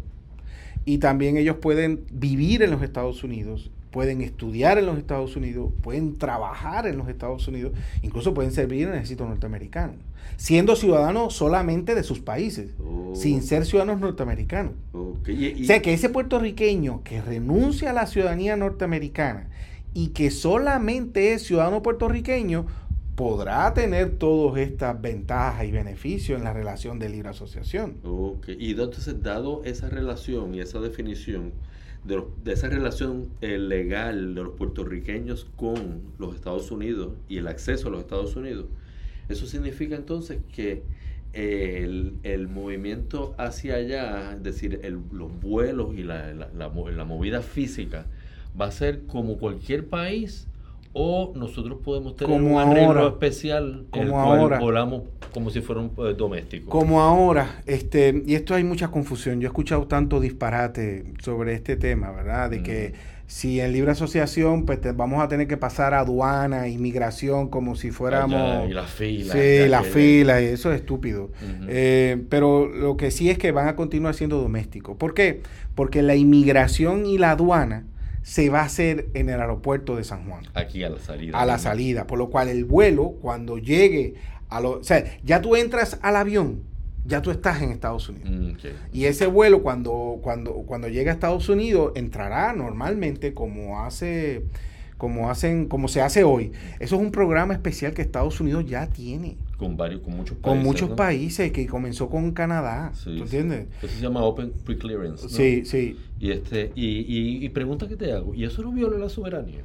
y también ellos pueden vivir en los Estados Unidos, pueden estudiar en los Estados Unidos, pueden trabajar en los Estados Unidos, incluso pueden servir en el ejército norteamericano, siendo ciudadanos solamente de sus países, oh. sin ser ciudadanos norteamericanos. Okay. Y, y, o sea, que ese puertorriqueño que renuncia a la ciudadanía norteamericana y que solamente es ciudadano puertorriqueño, podrá tener todas estas ventajas y beneficios en la relación de libre asociación. Okay. Y entonces, dado esa relación y esa definición, De, los, de esa relación eh, legal de los puertorriqueños con los Estados Unidos y el acceso a los Estados Unidos, eso significa entonces que eh, el, el movimiento hacia allá, es decir, el, los vuelos y la, la, la, la movida física, va a ser como cualquier país, o nosotros podemos tener como un arreglo ahora, especial en el como cual ahora. volamos como si fuera un eh, doméstico. Como ahora, este, y esto hay mucha confusión. Yo he escuchado tanto disparate sobre este tema, ¿verdad? De mm. que si en libre asociación, pues te, vamos a tener que pasar aduana, inmigración, como si fuéramos... Allá, y la fila. Sí, la fila, y eso es estúpido. Uh-huh. Eh, pero lo que sí es que van a continuar siendo domésticos. ¿Por qué? Porque la inmigración y la aduana se va a hacer en el aeropuerto de San Juan. Aquí a la salida. A la salida, por lo cual el vuelo, cuando llegue a lo... O sea, ya tú entras al avión, ya tú estás en Estados Unidos. Okay. Y ese vuelo, cuando, cuando, cuando llegue a Estados Unidos, entrará normalmente como hace... como hacen, como se hace hoy. Eso es un programa especial que Estados Unidos ya tiene. Con varios, con muchos países. Con muchos ¿no? países, que comenzó con Canadá. Sí, ¿tú entiendes? Sí. Eso se llama Open Preclearance, ¿no? Sí, sí. Y este, y, y, y pregunta que te hago, ¿y eso no viola la soberanía?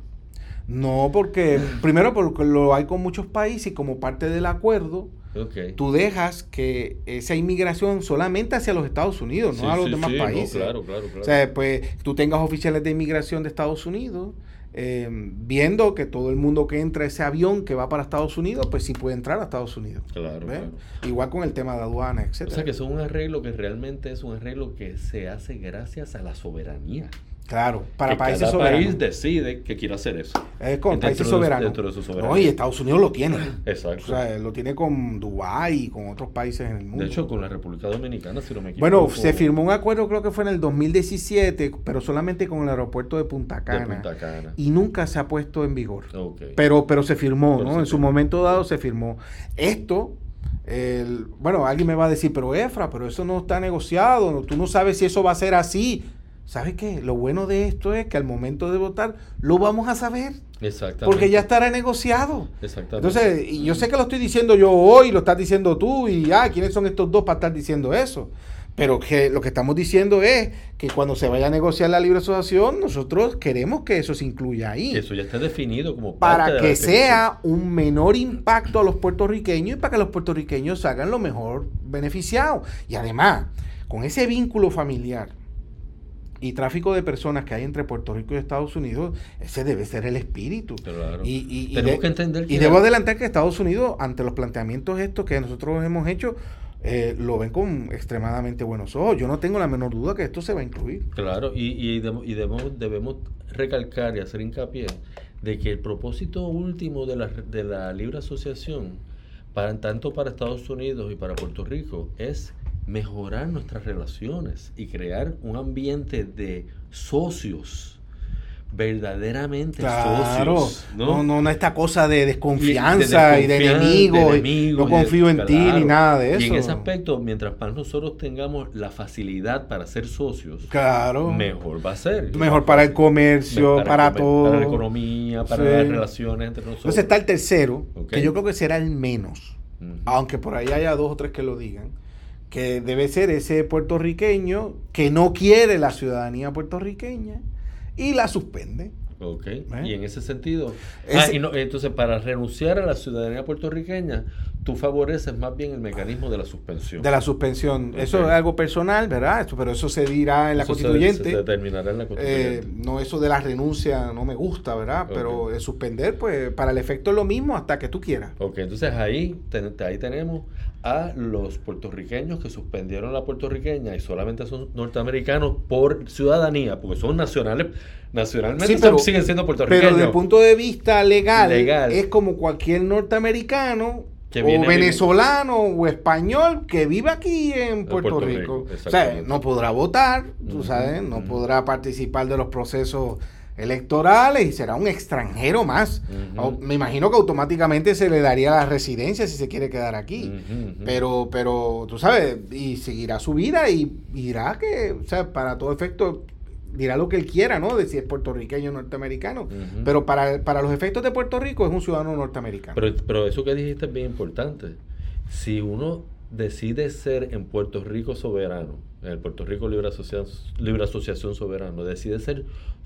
No, porque, primero porque lo hay con muchos países y como parte del acuerdo, okay. tú dejas que esa inmigración solamente hacia los Estados Unidos, no sí, a los sí, demás sí, países. No, claro, claro, claro. O sea, pues tú tengas oficiales de inmigración de Estados Unidos, Eh, viendo que todo el mundo que entra a ese avión que va para Estados Unidos, pues sí puede entrar a Estados Unidos. Claro, claro. Igual con el tema de aduana, etcétera. O sea que es un arreglo que realmente es un arreglo que se hace gracias a la soberanía. Claro, para que países cada soberanos. país decide que quiere hacer eso. Es con países de, soberanos. Dentro de su soberanía. No, y Estados Unidos lo tiene. Exacto. O sea, lo tiene con Dubái y con otros países en el mundo. De hecho, con la República Dominicana, si no me equivoco. Bueno, se firmó un acuerdo, creo que fue en el dos mil diecisiete, pero solamente con el aeropuerto de Punta Cana. De Punta Cana. Y nunca se ha puesto en vigor. Okay. Pero, pero se firmó, pero ¿no? Se en su firmó. momento dado se firmó. Esto, el, bueno, alguien me va a decir, pero Efra, pero eso no está negociado, no, tú no sabes si eso va a ser así. ¿Sabes qué? Lo bueno de esto es que al momento de votar lo vamos a saber. Exactamente. Porque ya estará negociado. Exactamente. Entonces, y yo sé que lo estoy diciendo yo hoy, lo estás diciendo tú, y ah, ¿quiénes son estos dos para estar diciendo eso? Pero que lo que estamos diciendo es que cuando se vaya a negociar la libre asociación, nosotros queremos que eso se incluya ahí. Que eso ya esté definido como parte Para de la que definición. sea un menor impacto a los puertorriqueños y para que los puertorriqueños salgan lo mejor beneficiados. Y además, con ese vínculo familiar y tráfico de personas que hay entre Puerto Rico y Estados Unidos, ese debe ser el espíritu. Claro. Y, y, y Tenemos de- que entender que y debo adelantar que Estados Unidos, ante los planteamientos estos que nosotros hemos hecho, eh, lo ven con extremadamente buenos ojos. Yo no tengo la menor duda que esto se va a incluir. Claro, y, y, debemos, y debemos, debemos recalcar y hacer hincapié de que el propósito último de la, de la libre asociación, para, tanto para Estados Unidos y para Puerto Rico, es mejorar nuestras relaciones y crear un ambiente de socios, verdaderamente Claro, socios. no, ¿no? no, no esta cosa de desconfianza Y y de, desconfian- enemigos, de y enemigos, no y de- confío en ti claro. ni nada de eso. Y en ese aspecto, mientras más nosotros tengamos la facilidad para ser socios, Claro. mejor va a ser. Mejor para el comercio, Mejor para, el comer- todo. Para la economía, para Sí. las relaciones entre nosotros. Entonces está el tercero, Ok. que yo creo que será el menos, Ujú. aunque por ahí haya dos o tres que lo digan, que debe ser ese puertorriqueño que no quiere la ciudadanía puertorriqueña y la suspende. Ok, ¿Eh? y en ese sentido, Ese- ah, y no, entonces para renunciar a la ciudadanía puertorriqueña, tú favoreces más bien el mecanismo de la suspensión. De la suspensión. Ok. Eso es algo personal, ¿verdad? Eso- pero eso se dirá en la Eso se- constituyente. Se, determinará en la Eh, constituyente. no, eso de la renuncia no me gusta, ¿verdad? Ok. Pero el suspender, pues para el efecto es lo mismo hasta que tú quieras. Ok, entonces ahí, ten- ahí tenemos a los puertorriqueños que suspendieron la puertorriqueña y solamente son norteamericanos por ciudadanía, porque son nacionales, nacionalmente Sí, son- pero- siguen siendo Pero puertorriqueños. desde el punto de vista legal, Legal. es como cualquier norteamericano Que o viene a venezolano o español que vive aquí en Puerto, Puerto Rico. Rico, O sea, exactamente. no podrá votar, tú Ujú, sabes, no ujú. podrá participar de los procesos electorales y será un extranjero más. Ujú. O- Me imagino que automáticamente se le daría la residencia si se quiere quedar aquí. Ujú, ujú. Pero, pero, tú sabes, y seguirá su vida y dirá que, o sea, para todo efecto, dirá lo que él quiera, ¿no? De si es puertorriqueño o norteamericano. Ujú. Pero para, para los efectos de Puerto Rico es un ciudadano norteamericano. Pero, pero eso que dijiste es bien importante. Si uno decide ser en Puerto Rico soberano, en el Puerto Rico Libre Asociación, Libre Asociación Soberano, decide ser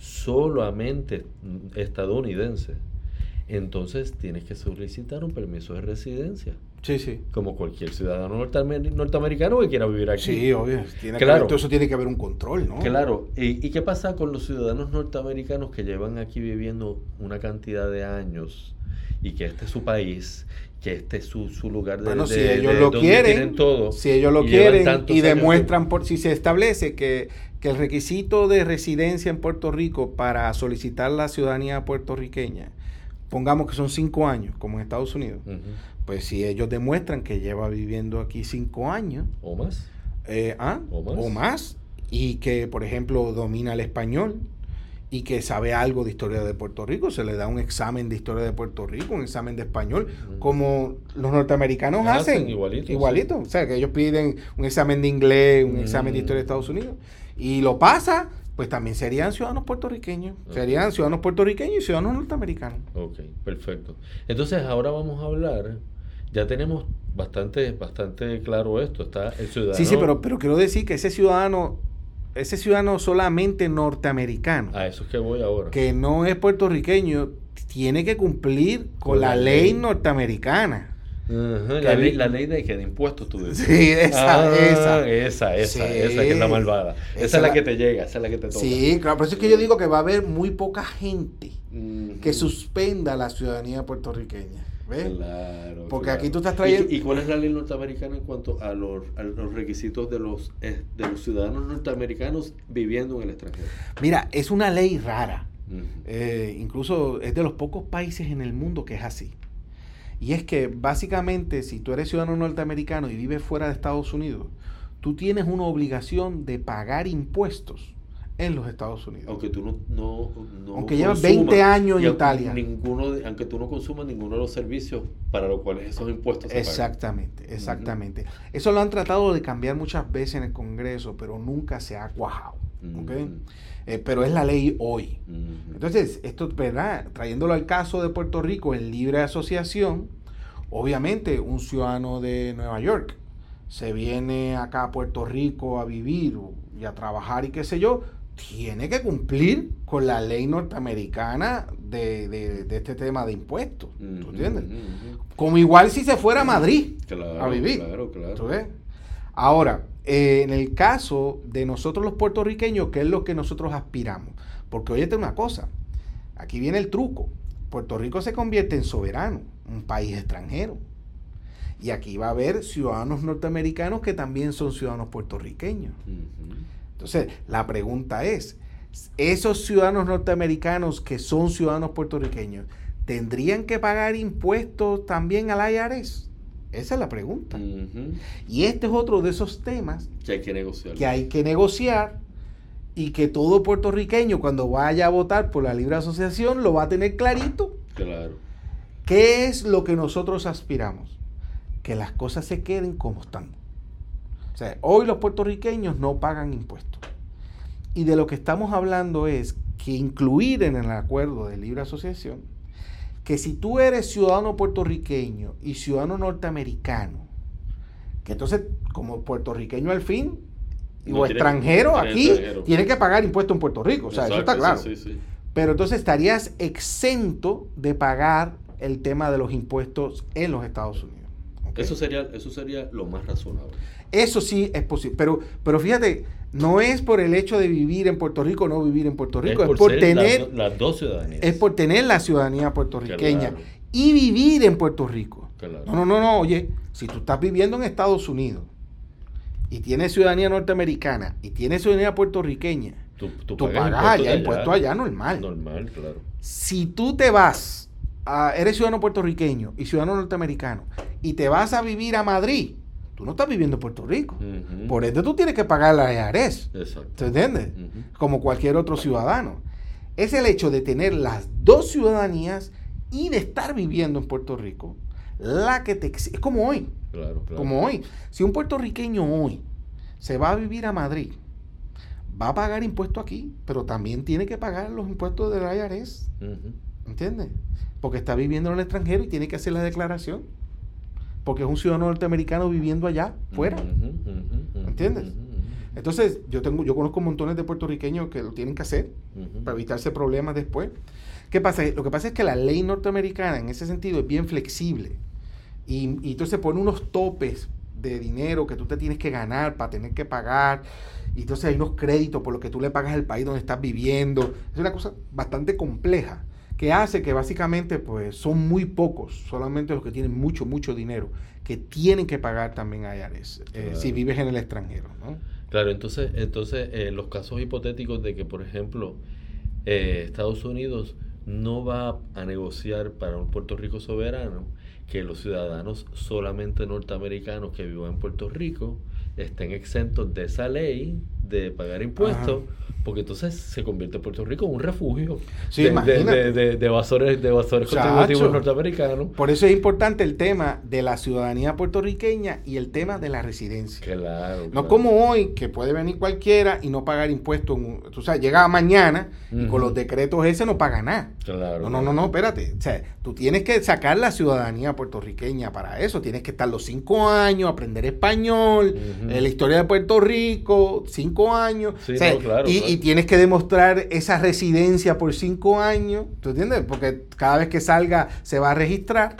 solamente estadounidense, entonces tienes que solicitar un permiso de residencia, Sí, sí. como cualquier ciudadano norteamer- norteamericano que quiera vivir aquí. Sí, obvio. Tiene que Claro. haber- todo eso tiene que haber un control, ¿no? Claro, ¿Y, ¿y qué pasa con los ciudadanos norteamericanos que llevan aquí viviendo una cantidad de años y que este es su país, que este es su, su lugar de, Bueno, de- si ellos de lo donde quieren, tienen todo, si ellos lo y llevan quieren tantos y años demuestran, por si se establece que, que el requisito de residencia en Puerto Rico para solicitar la ciudadanía puertorriqueña, pongamos que son cinco años, como en Estados Unidos, Ujú. pues si ellos demuestran que lleva viviendo aquí cinco años, o más. eh, ¿ah? O más. o más, y que, por ejemplo, domina el español y que sabe algo de historia de Puerto Rico, se le da un examen de historia de Puerto Rico, un examen de español, Ujú. como los norteamericanos Hacen hacen. igualito, Igualito. O sea, que ellos piden un examen de inglés, un Mm. examen de historia de Estados Unidos, y lo pasa, pues también serían ciudadanos puertorriqueños. Ok. Serían ciudadanos puertorriqueños y ciudadanos norteamericanos. Ok, perfecto. Entonces ahora vamos a hablar, ya tenemos bastante, bastante claro esto, está el ciudadano. Sí, sí, pero, pero quiero decir que ese ciudadano, ese ciudadano solamente norteamericano, A eso es que voy ahora. que no es puertorriqueño, tiene que cumplir con, Con la, la ley, ley. norteamericana. Ajá, Que la, vi- ley, la ley de que de impuestos tú dices. Sí, esa, Ah, esa. Esa, esa, Sí. esa que es la malvada. Esa, Esa es la la- que te llega, esa es la que te toca. Sí, claro, por eso es que yo digo que va a haber muy poca gente Ujú. que suspenda la ciudadanía puertorriqueña. ¿ves? Claro. Porque claro. aquí tú estás trayendo... ¿Y, ¿Y cuál es la ley norteamericana en cuanto a los, a los requisitos de los, eh, de los ciudadanos norteamericanos viviendo en el extranjero? Mira, es una ley rara. Uh-huh. Eh, incluso es de los pocos países en el mundo que es así. Y es que básicamente si tú eres ciudadano norteamericano y vives fuera de Estados Unidos, tú tienes una obligación de pagar impuestos en los Estados Unidos. Aunque tú no, no, no aunque llevas veinte años en Italia. Ninguno de, aunque tú no consumas ninguno de los servicios para los cuales esos impuestos se Exactamente, pagan. Exactamente. Uh-huh. Eso lo han tratado de cambiar muchas veces en el Congreso, pero nunca se ha cuajado. Uh-huh. ¿Okay? Eh, pero es la ley hoy. Uh-huh. Entonces, esto, ¿verdad? Trayéndolo al caso de Puerto Rico en libre asociación, obviamente un ciudadano de Nueva York se viene acá a Puerto Rico a vivir y a trabajar y qué sé yo, tiene que cumplir con la ley norteamericana de, de, de este tema de impuestos. Uh-huh, ¿tú entiendes? Uh-huh. Como igual si se fuera a Madrid claro, a vivir. Claro, claro. ¿Tú ves? Ahora, eh, en el caso de nosotros los puertorriqueños, ¿qué es lo que nosotros aspiramos? Porque óyete una cosa, aquí viene el truco. Puerto Rico se convierte en soberano, un país extranjero. Y aquí va a haber ciudadanos norteamericanos que también son ciudadanos puertorriqueños. Uh-huh. Entonces, la pregunta es, ¿esos ciudadanos norteamericanos que son ciudadanos puertorriqueños tendrían que pagar impuestos también al I R S? Esa es la pregunta. Uh-huh. Y este es otro de esos temas que hay que negociar. Que hay que negociar y que todo puertorriqueño cuando vaya a votar por la libre asociación lo va a tener clarito. Claro. ¿Qué es lo que nosotros aspiramos? Que las cosas se queden como están. O sea, hoy los puertorriqueños no pagan impuestos. Y de lo que estamos hablando es que incluir en el acuerdo de libre asociación que si tú eres ciudadano puertorriqueño y ciudadano norteamericano, que entonces como puertorriqueño al fin no o tiene, extranjero tiene aquí, extranjero. Tiene que pagar impuestos en Puerto Rico. O sea, exacto, eso está claro. Sí, sí, sí. Pero entonces estarías exento de pagar el tema de los impuestos en los Estados Unidos. ¿Okay? Eso sería, eso sería lo más razonable. Eso sí es posible, pero, pero fíjate, no es por el hecho de vivir en Puerto Rico o no vivir en Puerto Rico, es por, es por tener las la dos ciudadanías. Es por tener la ciudadanía puertorriqueña claro. y vivir en Puerto Rico. Claro. No, no, no, no, oye, si tú estás viviendo en Estados Unidos y tienes ciudadanía norteamericana y tienes ciudadanía puertorriqueña, tú, tú, tú pagas pagas allá impuestos allá normal. Normal, claro. Si tú te vas, a, eres ciudadano puertorriqueño y ciudadano norteamericano y te vas a vivir a Madrid, tú no estás viviendo en Puerto Rico. Uh-huh. Por ende, tú tienes que pagar la I R S. Exacto. ¿Te entiendes? Uh-huh. Como cualquier otro ciudadano. Es el hecho de tener las dos ciudadanías y de estar viviendo en Puerto Rico la que te exige. Es como hoy. Claro, claro. Como hoy. Si un puertorriqueño hoy se va a vivir a Madrid, va a pagar impuestos aquí, pero también tiene que pagar los impuestos del I R S. Uh-huh. ¿Entiendes? Porque está viviendo en el extranjero y tiene que hacer la declaración. Porque es un ciudadano norteamericano viviendo allá, fuera. Uh-huh, uh-huh, uh-huh, ¿entiendes? Uh-huh. Entonces, yo tengo, yo conozco montones de puertorriqueños que lo tienen que hacer uh-huh. para evitarse problemas después. ¿Qué pasa? Lo que pasa es que la ley norteamericana en ese sentido es bien flexible. Y, y entonces pone unos topes de dinero que tú te tienes que ganar para tener que pagar. Y entonces hay unos créditos por lo que tú le pagas al país donde estás viviendo. Es una cosa bastante compleja, que hace que básicamente pues son muy pocos, solamente los que tienen mucho, mucho dinero, que tienen que pagar también I R S, eh, claro. si vives en el extranjero, ¿no? Claro, entonces, entonces eh, los casos hipotéticos de que, por ejemplo, eh, Estados Unidos no va a negociar para un Puerto Rico soberano que los ciudadanos solamente norteamericanos que vivan en Puerto Rico estén exentos de esa ley de pagar impuestos, ajá. porque entonces se convierte Puerto Rico en un refugio sí, de, de, de, de, de evasores, de evasores contributivos norteamericanos. Por eso es importante el tema de la ciudadanía puertorriqueña y el tema de la residencia. Claro. No claro. como hoy, que puede venir cualquiera y no pagar impuestos. O sea, llega mañana uh-huh. y con los decretos ese no paga nada. Claro. No, no, no, no, espérate. O sea, tú tienes que sacar la ciudadanía puertorriqueña para eso. Tienes que estar los cinco años, aprender español, uh-huh. eh, la historia de Puerto Rico, cinco años. Sí, o sea, no, claro, y, claro. y tienes que demostrar esa residencia por cinco años. ¿Tú entiendes? Porque cada vez que salga se va a registrar.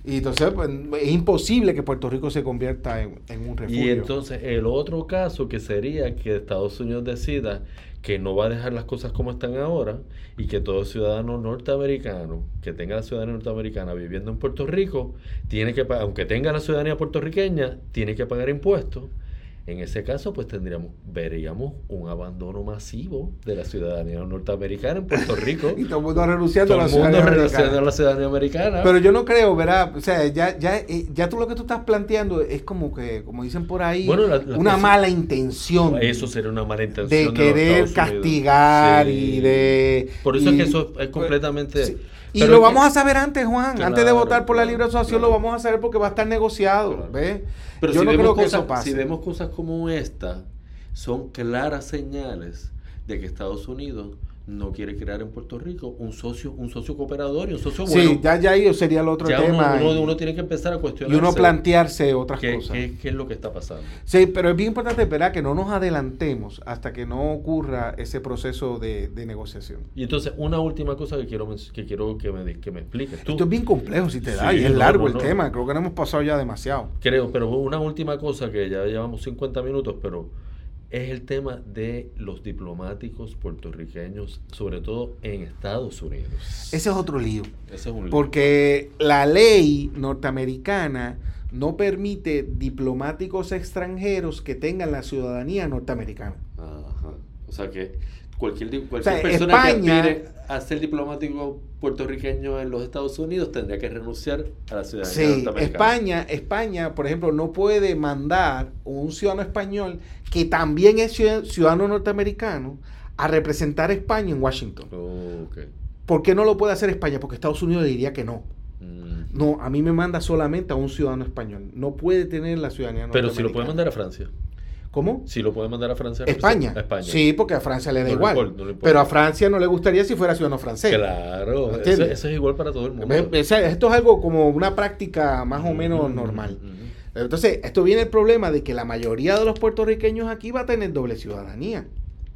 Y entonces pues, es imposible que Puerto Rico se convierta en, en un refugio. Y entonces el otro caso que sería que Estados Unidos decida que no va a dejar las cosas como están ahora y que todo ciudadano norteamericano que tenga la ciudadanía norteamericana viviendo en Puerto Rico, tiene que pagar, aunque tenga la ciudadanía puertorriqueña, tiene que pagar impuestos. En ese caso, pues tendríamos, veríamos un abandono masivo de la ciudadanía norteamericana en Puerto Rico. Y todo el mundo renunciando todo a la el mundo ciudadanía renunciando americana. a la ciudadanía americana. Pero yo no creo, ¿verdad? O sea, ya, ya, ya tú lo que tú estás planteando es como que, como dicen por ahí, bueno, la, la una cosa, mala intención. Eso sería una mala intención. De, de querer castigar sí. y de... Por eso y, es que eso es completamente... Sí. Y lo vamos que, a saber antes, Juan. Claro, antes de votar por claro, la libre asociación claro. lo vamos a saber porque va a estar negociado. Claro. ¿Ves? Pero yo si no creo cosas, que eso pase. Si vemos cosas como esta, son claras señales de que Estados Unidos no quiere crear en Puerto Rico un socio un socio cooperador y un socio bueno. Sí, ya, ya ahí sería el otro ya tema. Uno, uno, uno tiene que empezar a cuestionarse. Y uno plantearse otras qué, cosas. Qué, ¿Qué es lo que está pasando? Sí, pero es bien importante esperar que no nos adelantemos hasta que no ocurra ese proceso de, de negociación. Y entonces, una última cosa que quiero que quiero que me, que me expliques tú. Esto es bien complejo si te da, sí, y es no, largo no, el no. tema. Creo que no hemos pasado ya demasiado. Creo, pero una última cosa que ya llevamos cincuenta minutos, pero... es el tema de los diplomáticos puertorriqueños, sobre todo en Estados Unidos. Ese es otro lío. Ese es un lío. Porque la ley norteamericana no permite diplomáticos extranjeros que tengan la ciudadanía norteamericana. Ajá. O sea que cualquier, cualquier o sea, persona España, que aspire a ser diplomático puertorriqueño en los Estados Unidos tendría que renunciar a la ciudadanía sí, norteamericana. España, España, por ejemplo, no puede mandar un ciudadano español que también es ciudadano norteamericano a representar a España en Washington. Oh, okay. ¿Por qué no lo puede hacer España? Porque Estados Unidos le diría que no. Mm. No, a mí me manda solamente a un ciudadano español. No puede tener la ciudadanía norteamericana. Pero si lo puede mandar a Francia. ¿Cómo? Si lo puede mandar a Francia. España. A España. Sí, porque a Francia le da no igual. Le importa, no le importa. Pero a Francia no le gustaría si fuera ciudadano francés. Claro, eso, eso es igual para todo el mundo. Esto es algo como una práctica más o menos mm-hmm. normal. Mm-hmm. Entonces, esto viene el problema de que la mayoría de los puertorriqueños aquí va a tener doble ciudadanía.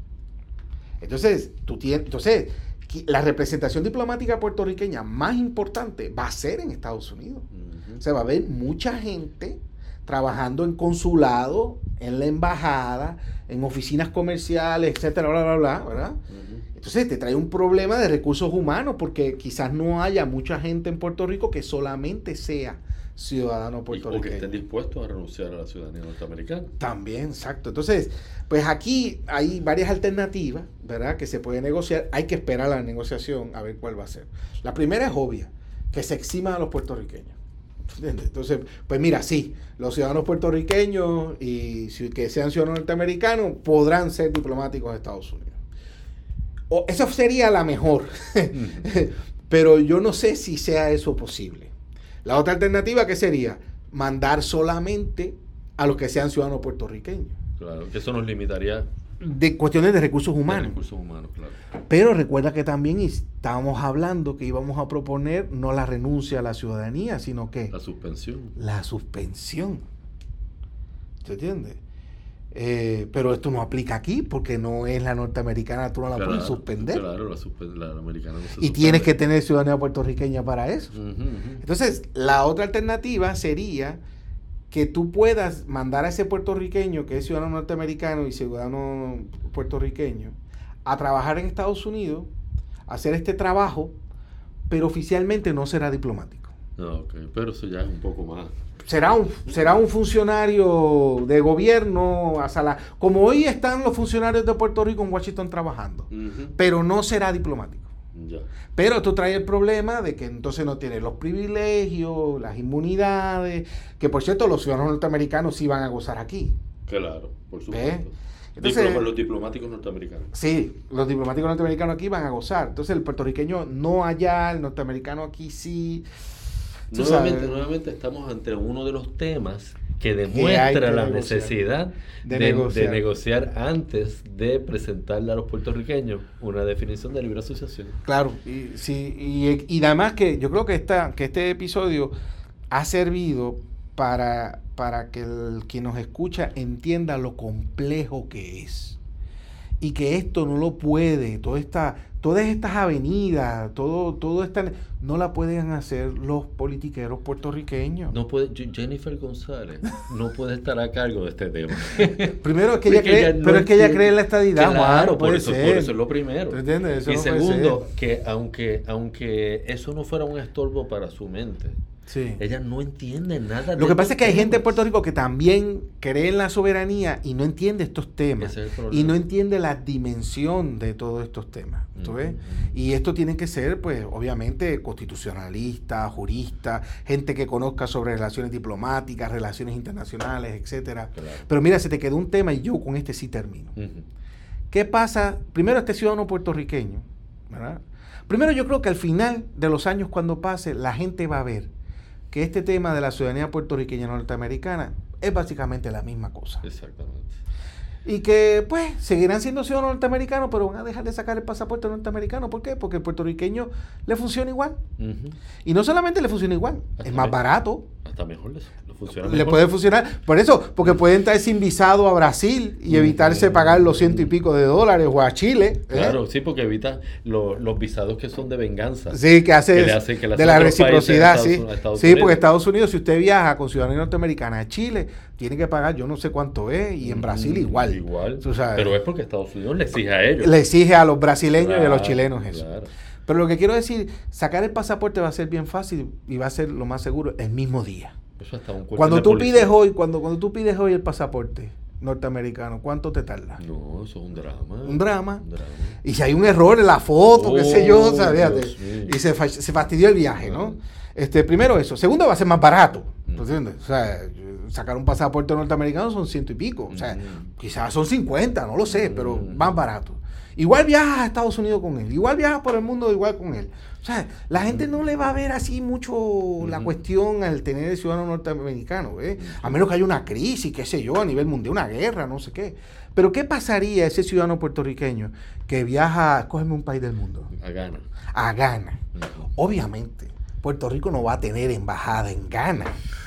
Entonces, tú tienes, entonces, la representación diplomática puertorriqueña más importante va a ser en Estados Unidos. Mm-hmm. O sea, va a haber mucha gente trabajando en consulado, en la embajada, en oficinas comerciales, etcétera, bla, bla, bla, ¿verdad? Uh-huh. Entonces te trae un problema de recursos humanos porque quizás no haya mucha gente en Puerto Rico que solamente sea ciudadano puertorriqueño. O que estén dispuestos a renunciar a la ciudadanía norteamericana. También, exacto. Entonces, pues aquí hay varias alternativas, ¿verdad? Que se puede negociar. Hay que esperar la negociación a ver cuál va a ser. La primera es obvia, que se eximan a los puertorriqueños. ¿Entiendes? Entonces, pues mira, sí, los ciudadanos puertorriqueños y que sean ciudadanos norteamericanos podrán ser diplomáticos de Estados Unidos. O, eso sería la mejor, pero yo no sé si sea eso posible. La otra alternativa, ¿qué sería? Mandar solamente a los que sean ciudadanos puertorriqueños. Claro, que eso nos limitaría. De cuestiones de recursos humanos. De recursos humanos, claro. Pero recuerda que también estábamos hablando que íbamos a proponer no la renuncia a la ciudadanía, sino que... La suspensión. La suspensión. ¿Se entiende? Eh, pero esto no aplica aquí porque no es la norteamericana, tú no la claro, puedes suspender. Claro, la, suspe- la americana no se Y suspende. tienes que tener ciudadanía puertorriqueña para eso. Uh-huh, uh-huh. Entonces, la otra alternativa sería que tú puedas mandar a ese puertorriqueño que es ciudadano norteamericano y ciudadano puertorriqueño a trabajar en Estados Unidos, a hacer este trabajo, pero oficialmente no será diplomático. No, okay. Pero eso ya es un poco más. Será un, será un funcionario de gobierno, hasta la, como hoy están los funcionarios de Puerto Rico en Washington trabajando, uh-huh. pero no será diplomático. Ya. Pero esto trae el problema de que entonces no tiene los privilegios, las inmunidades, que por cierto los ciudadanos norteamericanos sí van a gozar aquí. Claro, por supuesto. ¿Ves? Entonces, Diploma, los diplomáticos norteamericanos. Sí, los diplomáticos norteamericanos aquí van a gozar. Entonces el puertorriqueño no allá, el norteamericano aquí sí. Nuevamente, nuevamente estamos ante uno de los temas que demuestra que la negociar. necesidad de, de, negociar. de negociar antes de presentarle a los puertorriqueños una definición de libre asociación. Claro, y, sí, y, y además que yo creo que, esta, que este episodio ha servido para, para que el, quien nos escucha entienda lo complejo que es. y que esto no lo puede, toda esta, todas estas avenidas, todo, todo esta, no la pueden hacer los politiqueros puertorriqueños. No puede, Jennifer González no puede estar a cargo de este tema. Primero es que ella cree, ella no pero es que ella cree en la estadidad, claro, Juan, por eso, por eso es lo primero. ¿Tú entiendes? Eso y no segundo, que aunque, aunque eso no fuera un estorbo para su mente, sí, ella no entiende nada. Lo que pasa es que hay gente en Puerto Rico que también cree en la soberanía y no entiende estos temas. Ese es el problema. Y no entiende la dimensión de todos estos temas. ¿Tú ves? Uh-huh. Y esto tiene que ser, pues, obviamente, constitucionalista, jurista, gente que conozca sobre relaciones diplomáticas, relaciones internacionales, etcétera. Claro. Pero mira, se te quedó un tema y yo con este sí termino. Uh-huh. ¿Qué pasa? Primero, este ciudadano puertorriqueño, ¿verdad? Primero, yo creo que al final de los años, cuando pase, la gente va a ver que este tema de la ciudadanía puertorriqueña norteamericana es básicamente la misma cosa. Exactamente. Y que, pues, seguirán siendo ciudadanos norteamericanos, pero van a dejar de sacar el pasaporte norteamericano. ¿Por qué? Porque el puertorriqueño le funciona igual. Uh-huh. Y no solamente le funciona igual, hasta es más mejor, barato. Hasta mejor le, le funciona Le mejor. puede funcionar. Por eso, porque puede entrar sin visado a Brasil y evitarse pagar los ciento y pico de dólares, o a Chile. Claro, ¿eh? sí, porque evita lo, los visados que son de venganza. Sí, que hace, que le hace que le hace de la reciprocidad, sí. Estados sí, Unidos. Porque Estados Unidos, si usted viaja con ciudadanía norteamericana a Chile, tiene que pagar yo no sé cuánto es, y en Brasil mm, igual. Igual. Pero es porque Estados Unidos le exige a ellos. Le exige a los brasileños claro, y a los chilenos eso. Claro. Pero lo que quiero decir, sacar el pasaporte va a ser bien fácil y va a ser lo más seguro el mismo día. Eso hasta un cuando tú pides hoy, cuando, cuando tú pides hoy el pasaporte norteamericano, ¿cuánto te tarda? No, eso es un drama. Un drama. Un drama. Y si hay un error en la foto, oh, qué sé yo, ¿sabes? Y se, fa- se fastidió el viaje, ¿no? Este, primero eso. Segundo, va a ser más barato. ¿Tú entiendes? O sea, sacar un pasaporte norteamericano son ciento y pico. O sea, mm. quizás son cincuenta, no lo sé, pero mm. más barato. Igual viajas a Estados Unidos con él. Igual viajas por el mundo igual con él. O sea, la gente no le va a ver así mucho uh-huh. la cuestión al tener el ciudadano norteamericano, ¿eh? Uh-huh. A menos que haya una crisis, qué sé yo, a nivel mundial, una guerra, no sé qué. Pero ¿qué pasaría ese ciudadano puertorriqueño que viaja, escógeme un país del mundo? A Ghana. A Ghana. Uh-huh. Obviamente, Puerto Rico no va a tener embajada en Ghana.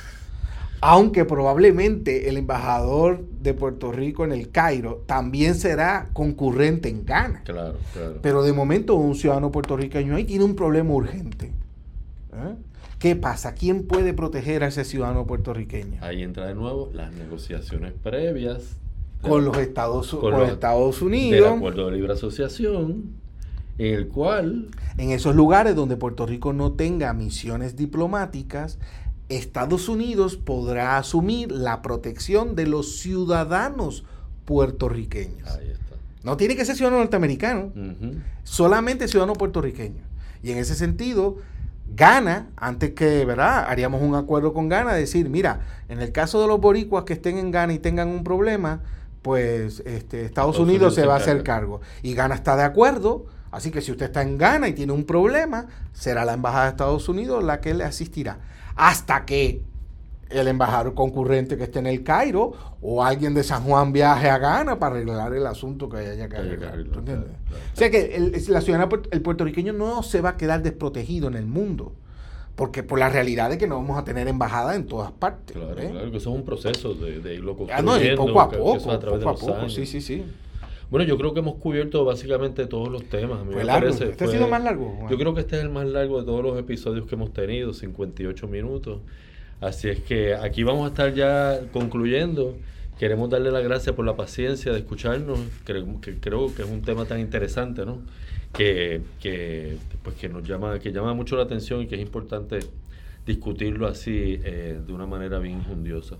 Aunque probablemente el embajador de Puerto Rico en el Cairo también será concurrente en Ghana. Claro, claro. Pero de momento un ciudadano puertorriqueño ahí tiene un problema urgente. ¿Eh? ¿Qué pasa? ¿Quién puede proteger a ese ciudadano puertorriqueño? Ahí entra de nuevo las negociaciones previas. Con los Estados, con con los los, Estados Unidos. Del acuerdo de libre asociación, en el cual... En esos lugares donde Puerto Rico no tenga misiones diplomáticas, Estados Unidos podrá asumir la protección de los ciudadanos puertorriqueños. Ahí está. No tiene que ser ciudadano norteamericano, uh-huh. solamente ciudadano puertorriqueño. Y en ese sentido, Ghana, antes que, ¿verdad? Haríamos un acuerdo con Ghana, decir, mira, en el caso de los boricuas que estén en Ghana y tengan un problema, pues este, Estados, Estados Unidos, Unidos se va a hacer cargo. Y Ghana está de acuerdo. Así que si usted está en Ghana y tiene un problema, será la embajada de Estados Unidos la que le asistirá. Hasta que el embajador concurrente que esté en el Cairo o alguien de San Juan viaje a Ghana para arreglar el asunto que haya que arreglar. ¿Tú entiendes? Claro, claro. O sea que el, la ciudadanía, el puertorriqueño no se va a quedar desprotegido en el mundo. Porque por la realidad de que no vamos a tener embajada en todas partes. Claro, ¿eh? claro, que eso es un proceso de, de irlo construyendo. Ah, no, y poco a poco, que, que a través poco de a poco, años. sí, sí, sí. Bueno, yo creo que hemos cubierto básicamente todos los temas. A mí fue me largo. parece, ¿Este fue, ha sido más largo? Bueno. Yo creo que este es el más largo de todos los episodios que hemos tenido, cincuenta y ocho minutos. Así es que aquí vamos a estar ya concluyendo. Queremos darle las gracias por la paciencia de escucharnos. Creo que, creo que es un tema tan interesante, ¿no? Que, que, pues que nos llama, que llama mucho la atención y que es importante discutirlo así eh, de una manera bien injundiosa.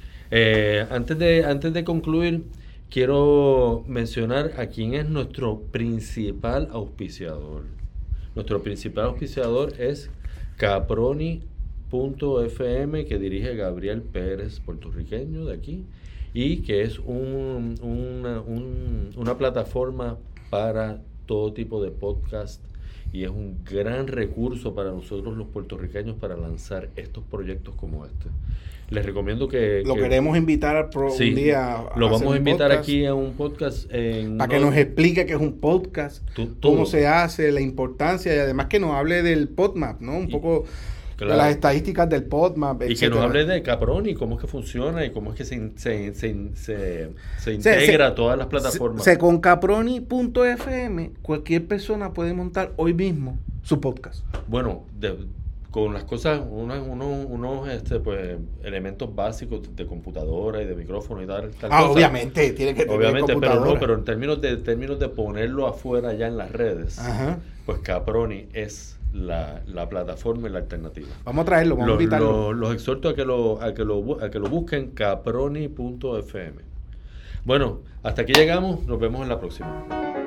Eh, antes de, antes de concluir, quiero mencionar a quién es nuestro principal auspiciador. Nuestro principal auspiciador es Caproni punto F M, que dirige Gabriel Pérez, puertorriqueño de aquí, y que es un, una, un, una plataforma para todo tipo de podcast, y es un gran recurso para nosotros los puertorriqueños para lanzar estos proyectos como este. Les recomiendo que... Lo que, queremos invitar pro sí, un día a lo vamos a invitar podcast, aquí a un podcast. En para que nos explique qué es un podcast, tú, cómo se hace, la importancia, y además que nos hable del PodMap, ¿no? Un y, poco Claro. de las estadísticas del PodMap, y etcétera. que nos hable de Caproni, cómo es que funciona y cómo es que se, se, se, se, se integra a todas las plataformas. Se, se con caproni punto f m cualquier persona puede montar hoy mismo su podcast. Bueno, de, con las cosas, unos, unos, unos este, pues, elementos básicos de computadora y de micrófono y tal. tal ah, cosa. obviamente, tiene que tener Obviamente, pero computadora. no, pero en términos de términos de ponerlo afuera ya en las redes, Ajá. pues Caproni es la, la plataforma y la alternativa. Vamos a traerlo, vamos Los, a invitarlo. los, los exhorto a que lo, a que lo, a que lo busquen, caproni punto f m. Bueno, hasta aquí llegamos, nos vemos en la próxima.